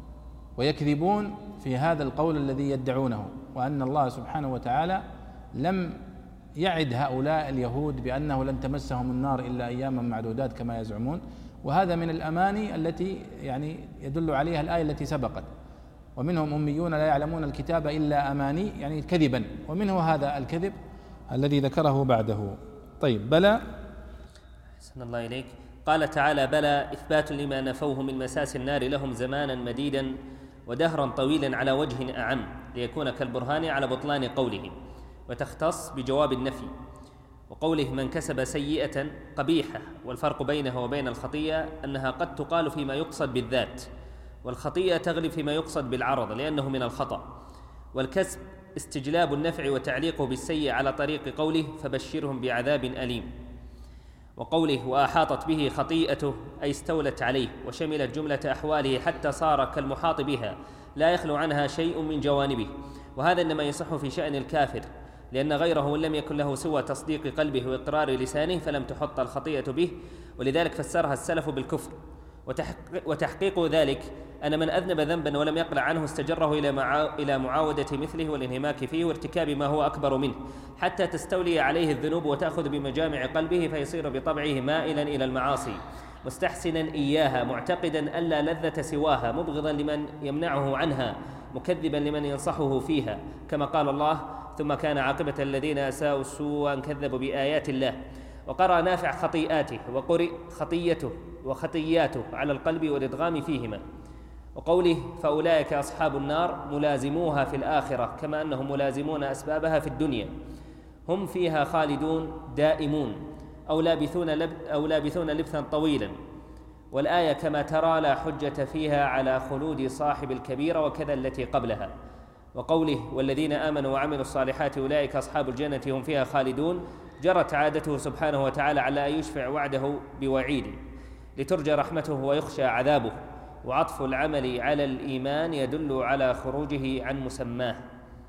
ويكذبون في هذا القول الذي يدعونه، وأن الله سبحانه وتعالى لم يعد هؤلاء اليهود بأنه لن تمسهم النار إلا أياما معدودات كما يزعمون. وهذا من الأماني التي يعني يدل عليها الآية التي سبقت، ومنهم أميون لا يعلمون الكتاب إلا أماني، يعني كذبا، ومنه هذا الكذب الذي ذكره بعده. طيب، بلى. أحسن الله إليك. قال تعالى: بلى، إثبات لما نفوه من مساس النار لهم زمانا مديدا ودهرا طويلا على وجه أعم، ليكون كالبرهان على بطلان قولهم، وتختص بجواب النفي. وقوله من كسب سيئة قبيحة، والفرق بينها وبين الخطيئة أنها قد تقال فيما يقصد بالذات، والخطيئة تغلب فيما يقصد بالعرض لأنه من الخطأ. والكسب استجلاب النفع وتعليقه بالسيء على طريق قوله فبشرهم بعذاب أليم. وقوله وأحاطت به خطيئته أي استولت عليه، وشملت جملة أحواله حتى صار كالمحاط بها لا يخلو عنها شيء من جوانبه. وهذا إنما يصح في شأن الكافر، لأن غيره لم يكن له سوى تصديق قلبه وإقرار لسانه فلم تحط الخطيئة به، ولذلك فسرها السلف بالكفر. وتحقيق ذلك أن من أذنب ذنبا ولم يقلع عنه استجره إلى معاودة مثله والانهماك فيه وارتكاب ما هو أكبر منه، حتى تستولي عليه الذنوب وتأخذ بمجامع قلبه، فيصير بطبعه مائلا إلى المعاصي مستحسنا إياها، معتقدا ألا لذة سواها، مبغضا لمن يمنعه عنها، مكذبا لمن ينصحه فيها، كما قال الله: ثم كان عاقبة الذين أساءوا السوء أن كذبوا بآيات الله. وقرأ نافع خطيئاته، وقرئ خطيته وخطياته على القلب والإدغام فيهما. وقوله فأولئك أصحاب النار ملازموها في الآخرة كما أنهم ملازمون أسبابها في الدنيا، هم فيها خالدون دائمون أو لابثون لبثا طويلا. والآية كما ترى لا حجة فيها على خلود صاحب الكبيرة، وكذا التي قبلها. وقوله والذين آمنوا وعملوا الصالحات أولئك أصحاب الجنة هم فيها خالدون، جرت عادته سبحانه وتعالى على أن يشفع وعده بوعيده لترجى رحمته ويخشى عذابه، وعطف العمل على الإيمان يدل على خروجه عن مسماه.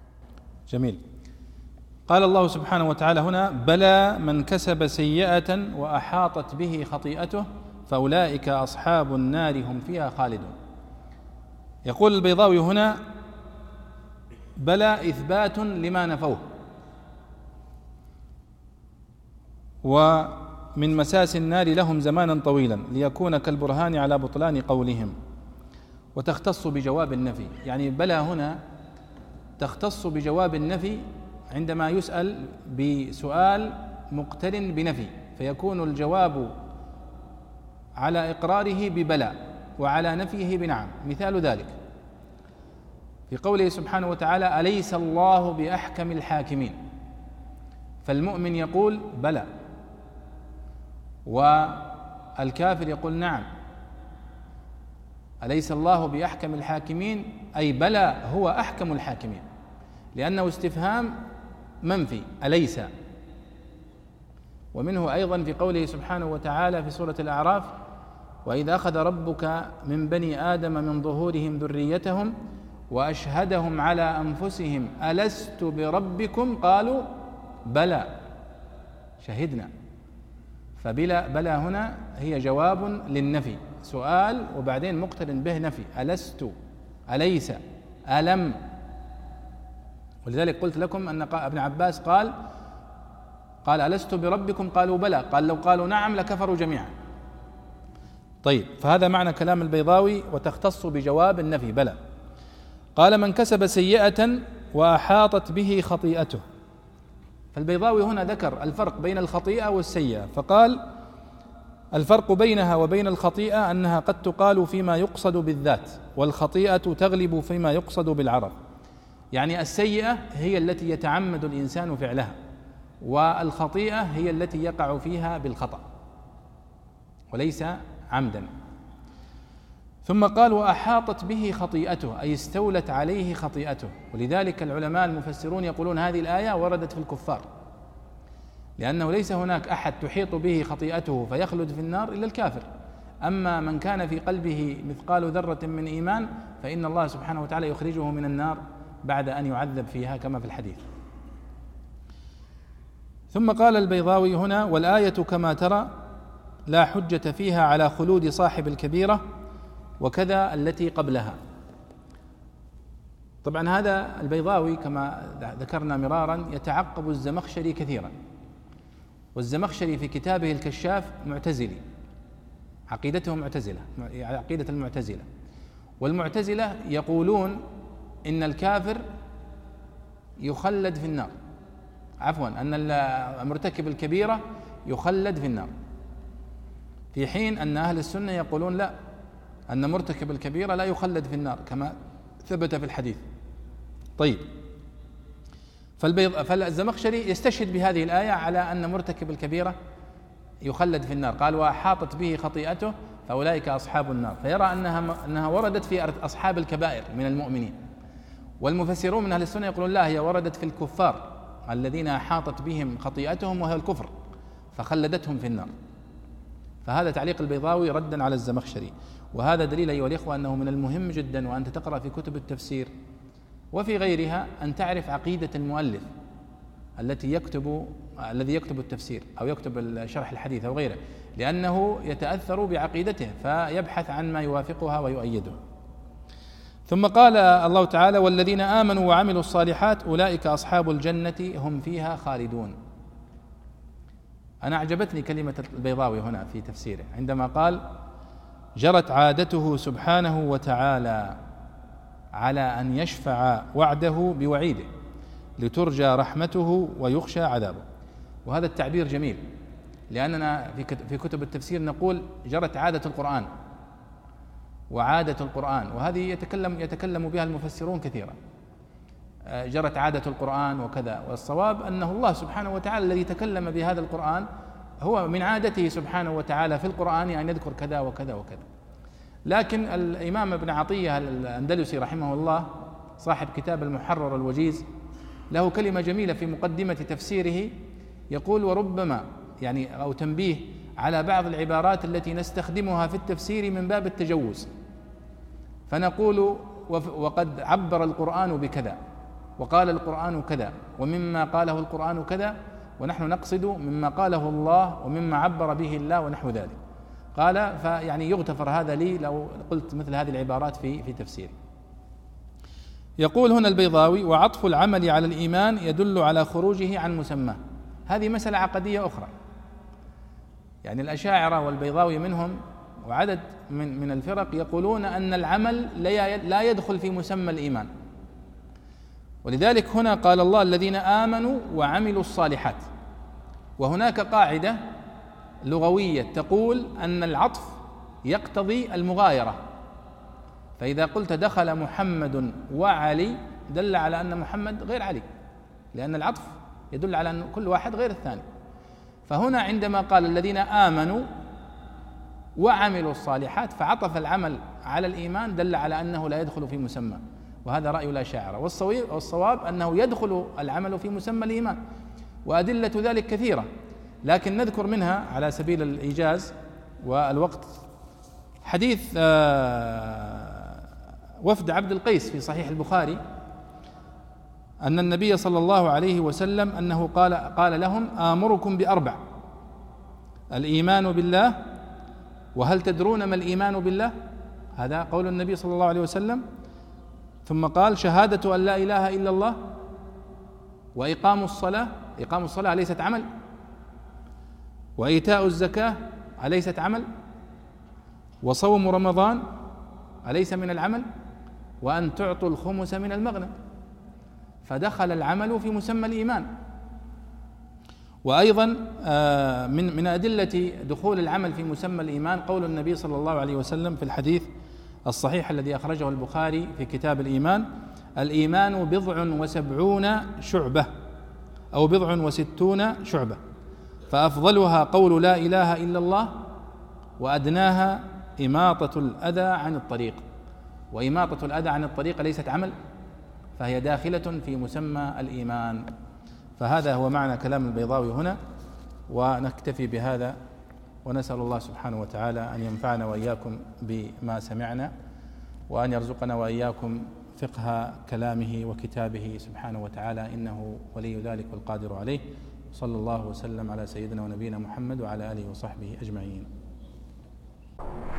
جميل. قال الله سبحانه وتعالى هنا بلى من كسب سيئة وأحاطت به خطيئته فأولئك أصحاب النار هم فيها خالدون. يقول البيضاوي هنا بلى إثبات لما نفوه، ومن مساس النار لهم زمانا طويلا ليكون كالبرهان على بطلان قولهم، وتختص بجواب النفي. يعني بلى هنا تختص بجواب النفي عندما يسأل بسؤال مقترن بنفي، فيكون الجواب على إقراره ببلى وعلى نفيه بنعم. مثال ذلك في قوله سبحانه وتعالى أليس الله بأحكم الحاكمين، فالمؤمن يقول بلى، والكافر يقول نعم. أليس الله بأحكم الحاكمين أي بلى هو أحكم الحاكمين، لأنه استفهام منفي أليس. ومنه أيضا في قوله سبحانه وتعالى في سورة الأعراف وإذا أخذ ربك من بني آدم من ظهورهم ذريتهم وأشهدهم على أنفسهم ألست بربكم قالوا بلى شهدنا. فبلى هنا هي جواب للنفي، سؤال وبعدين مقترن به نفي، ألست، أليس، ألم. ولذلك قلت لكم أن ابن عباس قال ألست بربكم قالوا بلى، قال لو قالوا نعم لكفروا جميعا. طيب، فهذا معنى كلام البيضاوي وتختص بجواب النفي بلى. قال من كسب سيئة وأحاطت به خطيئته، فالبيضاوي هنا ذكر الفرق بين الخطيئة والسيئة، فقال الفرق بينها وبين الخطيئة أنها قد تقال فيما يقصد بالذات، والخطيئة تغلب فيما يقصد بالعرض. يعني السيئة هي التي يتعمد الإنسان فعلها، والخطيئة هي التي يقع فيها بالخطأ وليس عمدا. ثم قال وأحاطت به خطيئته، أي استولت عليه خطيئته. ولذلك العلماء المفسرون يقولون هذه الآية وردت في الكفار، لأنه ليس هناك أحد تحيط به خطيئته فيخلد في النار إلا الكافر. أما من كان في قلبه مثقال ذرة من إيمان فإن الله سبحانه وتعالى يخرجه من النار بعد أن يعذب فيها كما في الحديث. ثم قال البيضاوي هنا والآية كما ترى لا حجة فيها على خلود صاحب الكبيرة وكذا التي قبلها. طبعا هذا البيضاوي كما ذكرنا مرارا يتعقب الزمخشري كثيرا، والزمخشري في كتابه الكشاف معتزلي، عقيدته معتزلة، عقيدة المعتزلة. والمعتزلة يقولون إن الكافر يخلد في النار، عفوا أن مرتكب الكبيرة يخلد في النار، في حين أن أهل السنة يقولون لا، أن مرتكب الكبيرة لا يخلد في النار كما ثبت في الحديث. طيب، فالزمخشري يستشهد بهذه الآية على أن مرتكب الكبيرة يخلد في النار، قال وأحاطت به خطيئته فأولئك أصحاب النار، فيرى أنها وردت في أصحاب الكبائر من المؤمنين. والمفسرون من أهل السنة يقولون لا، هي وردت في الكفار الذين أحاطت بهم خطيئتهم وهي الكفر فخلدتهم في النار. فهذا تعليق البيضاوي ردا على الزمخشري. وهذا دليل أيها الإخوة أنه من المهم جدا وأنت تقرأ في كتب التفسير وفي غيرها أن تعرف عقيدة المؤلف الذي يكتب التفسير أو يكتب شرح الحديث أو غيره، لأنه يتأثر بعقيدته فيبحث عن ما يوافقها ويؤيده. ثم قال الله تعالى والذين آمنوا وعملوا الصالحات أولئك أصحاب الجنة هم فيها خالدون. أنا أعجبتني كلمة البيضاوي هنا في تفسيره عندما قال جرت عادته سبحانه وتعالى على أن يشفع وعده بوعيده لترجى رحمته ويخشى عذابه. وهذا التعبير جميل، لأننا في كتب التفسير نقول جرت عادة القرآن وعادة القرآن، وهذه يتكلم بها المفسرون كثيرا، جرت عادة القرآن وكذا. والصواب أنه الله سبحانه وتعالى الذي تكلم بهذا القرآن هو من عادته سبحانه وتعالى في القرآن أن يذكر كذا وكذا وكذا. لكن الإمام ابن عطية الأندلسي رحمه الله صاحب كتاب المحرر الوجيز له كلمة جميلة في مقدمة تفسيره، يقول وربما يعني أو تنبيه على بعض العبارات التي نستخدمها في التفسير من باب التجوز، فنقول وقد عبر القرآن بكذا وقال القرآن كذا ومما قاله القرآن كذا، ونحن نقصد مما قاله الله ومما عبر به الله ونحو ذلك. قال فيعني يغتفر هذا لي لو قلت مثل هذه العبارات في تفسير. يقول هنا البيضاوي وعطف العمل على الإيمان يدل على خروجه عن مسماه. هذه مسألة عقدية أخرى، يعني الأشاعرة والبيضاوي منهم وعدد من الفرق يقولون أن العمل لا يدخل في مسمى الإيمان، ولذلك هنا قال الله الذين آمنوا وعملوا الصالحات. وهناك قاعدة لغوية تقول أن العطف يقتضي المغايرة، فإذا قلت دخل محمد وعلي دل على أن محمد غير علي، لأن العطف يدل على أن كل واحد غير الثاني. فهنا عندما قال الذين آمنوا وعملوا الصالحات فعطف العمل على الإيمان دل على أنه لا يدخل في مسمى، وهذا رأي الأشاعرة. والصواب أنه يدخل العمل في مسمى الإيمان، وأدلة ذلك كثيرة، لكن نذكر منها على سبيل الإيجاز والوقت حديث وفد عبد القيس في صحيح البخاري أن النبي صلى الله عليه وسلم أنه قال لهم آمركم بأربع: الإيمان بالله، وهل تدرون ما الإيمان بالله؟ هذا قول النبي صلى الله عليه وسلم. ثم قال شهادة أن لا إله إلا الله، وإقام الصلاة، إقام الصلاة أليست عمل؟ وإيتاء الزكاة أليست عمل؟ وصوم رمضان أليس من العمل؟ وأن تعطوا الخمس من المغنم. فدخل العمل في مسمى الإيمان. وأيضا من أدلة دخول العمل في مسمى الإيمان قول النبي صلى الله عليه وسلم في الحديث الصحيح الذي أخرجه البخاري في كتاب الإيمان: الإيمان 70 شعبة أو 60 شعبة، فأفضلها قول لا إله إلا الله، وأدناها إماطة الأذى عن الطريق. وإماطة الأذى عن الطريق ليست عمل، فهي داخلة في مسمى الإيمان. فهذا هو معنى كلام البيضاوي هنا، ونكتفي بهذا، ونسأل الله سبحانه وتعالى أن ينفعنا وإياكم بما سمعنا، وأن يرزقنا وإياكم فقه كلامه وكتابه سبحانه وتعالى، إنه ولي ذلك والقادر عليه. صلى الله وسلم على سيدنا ونبينا محمد وعلى آله وصحبه أجمعين.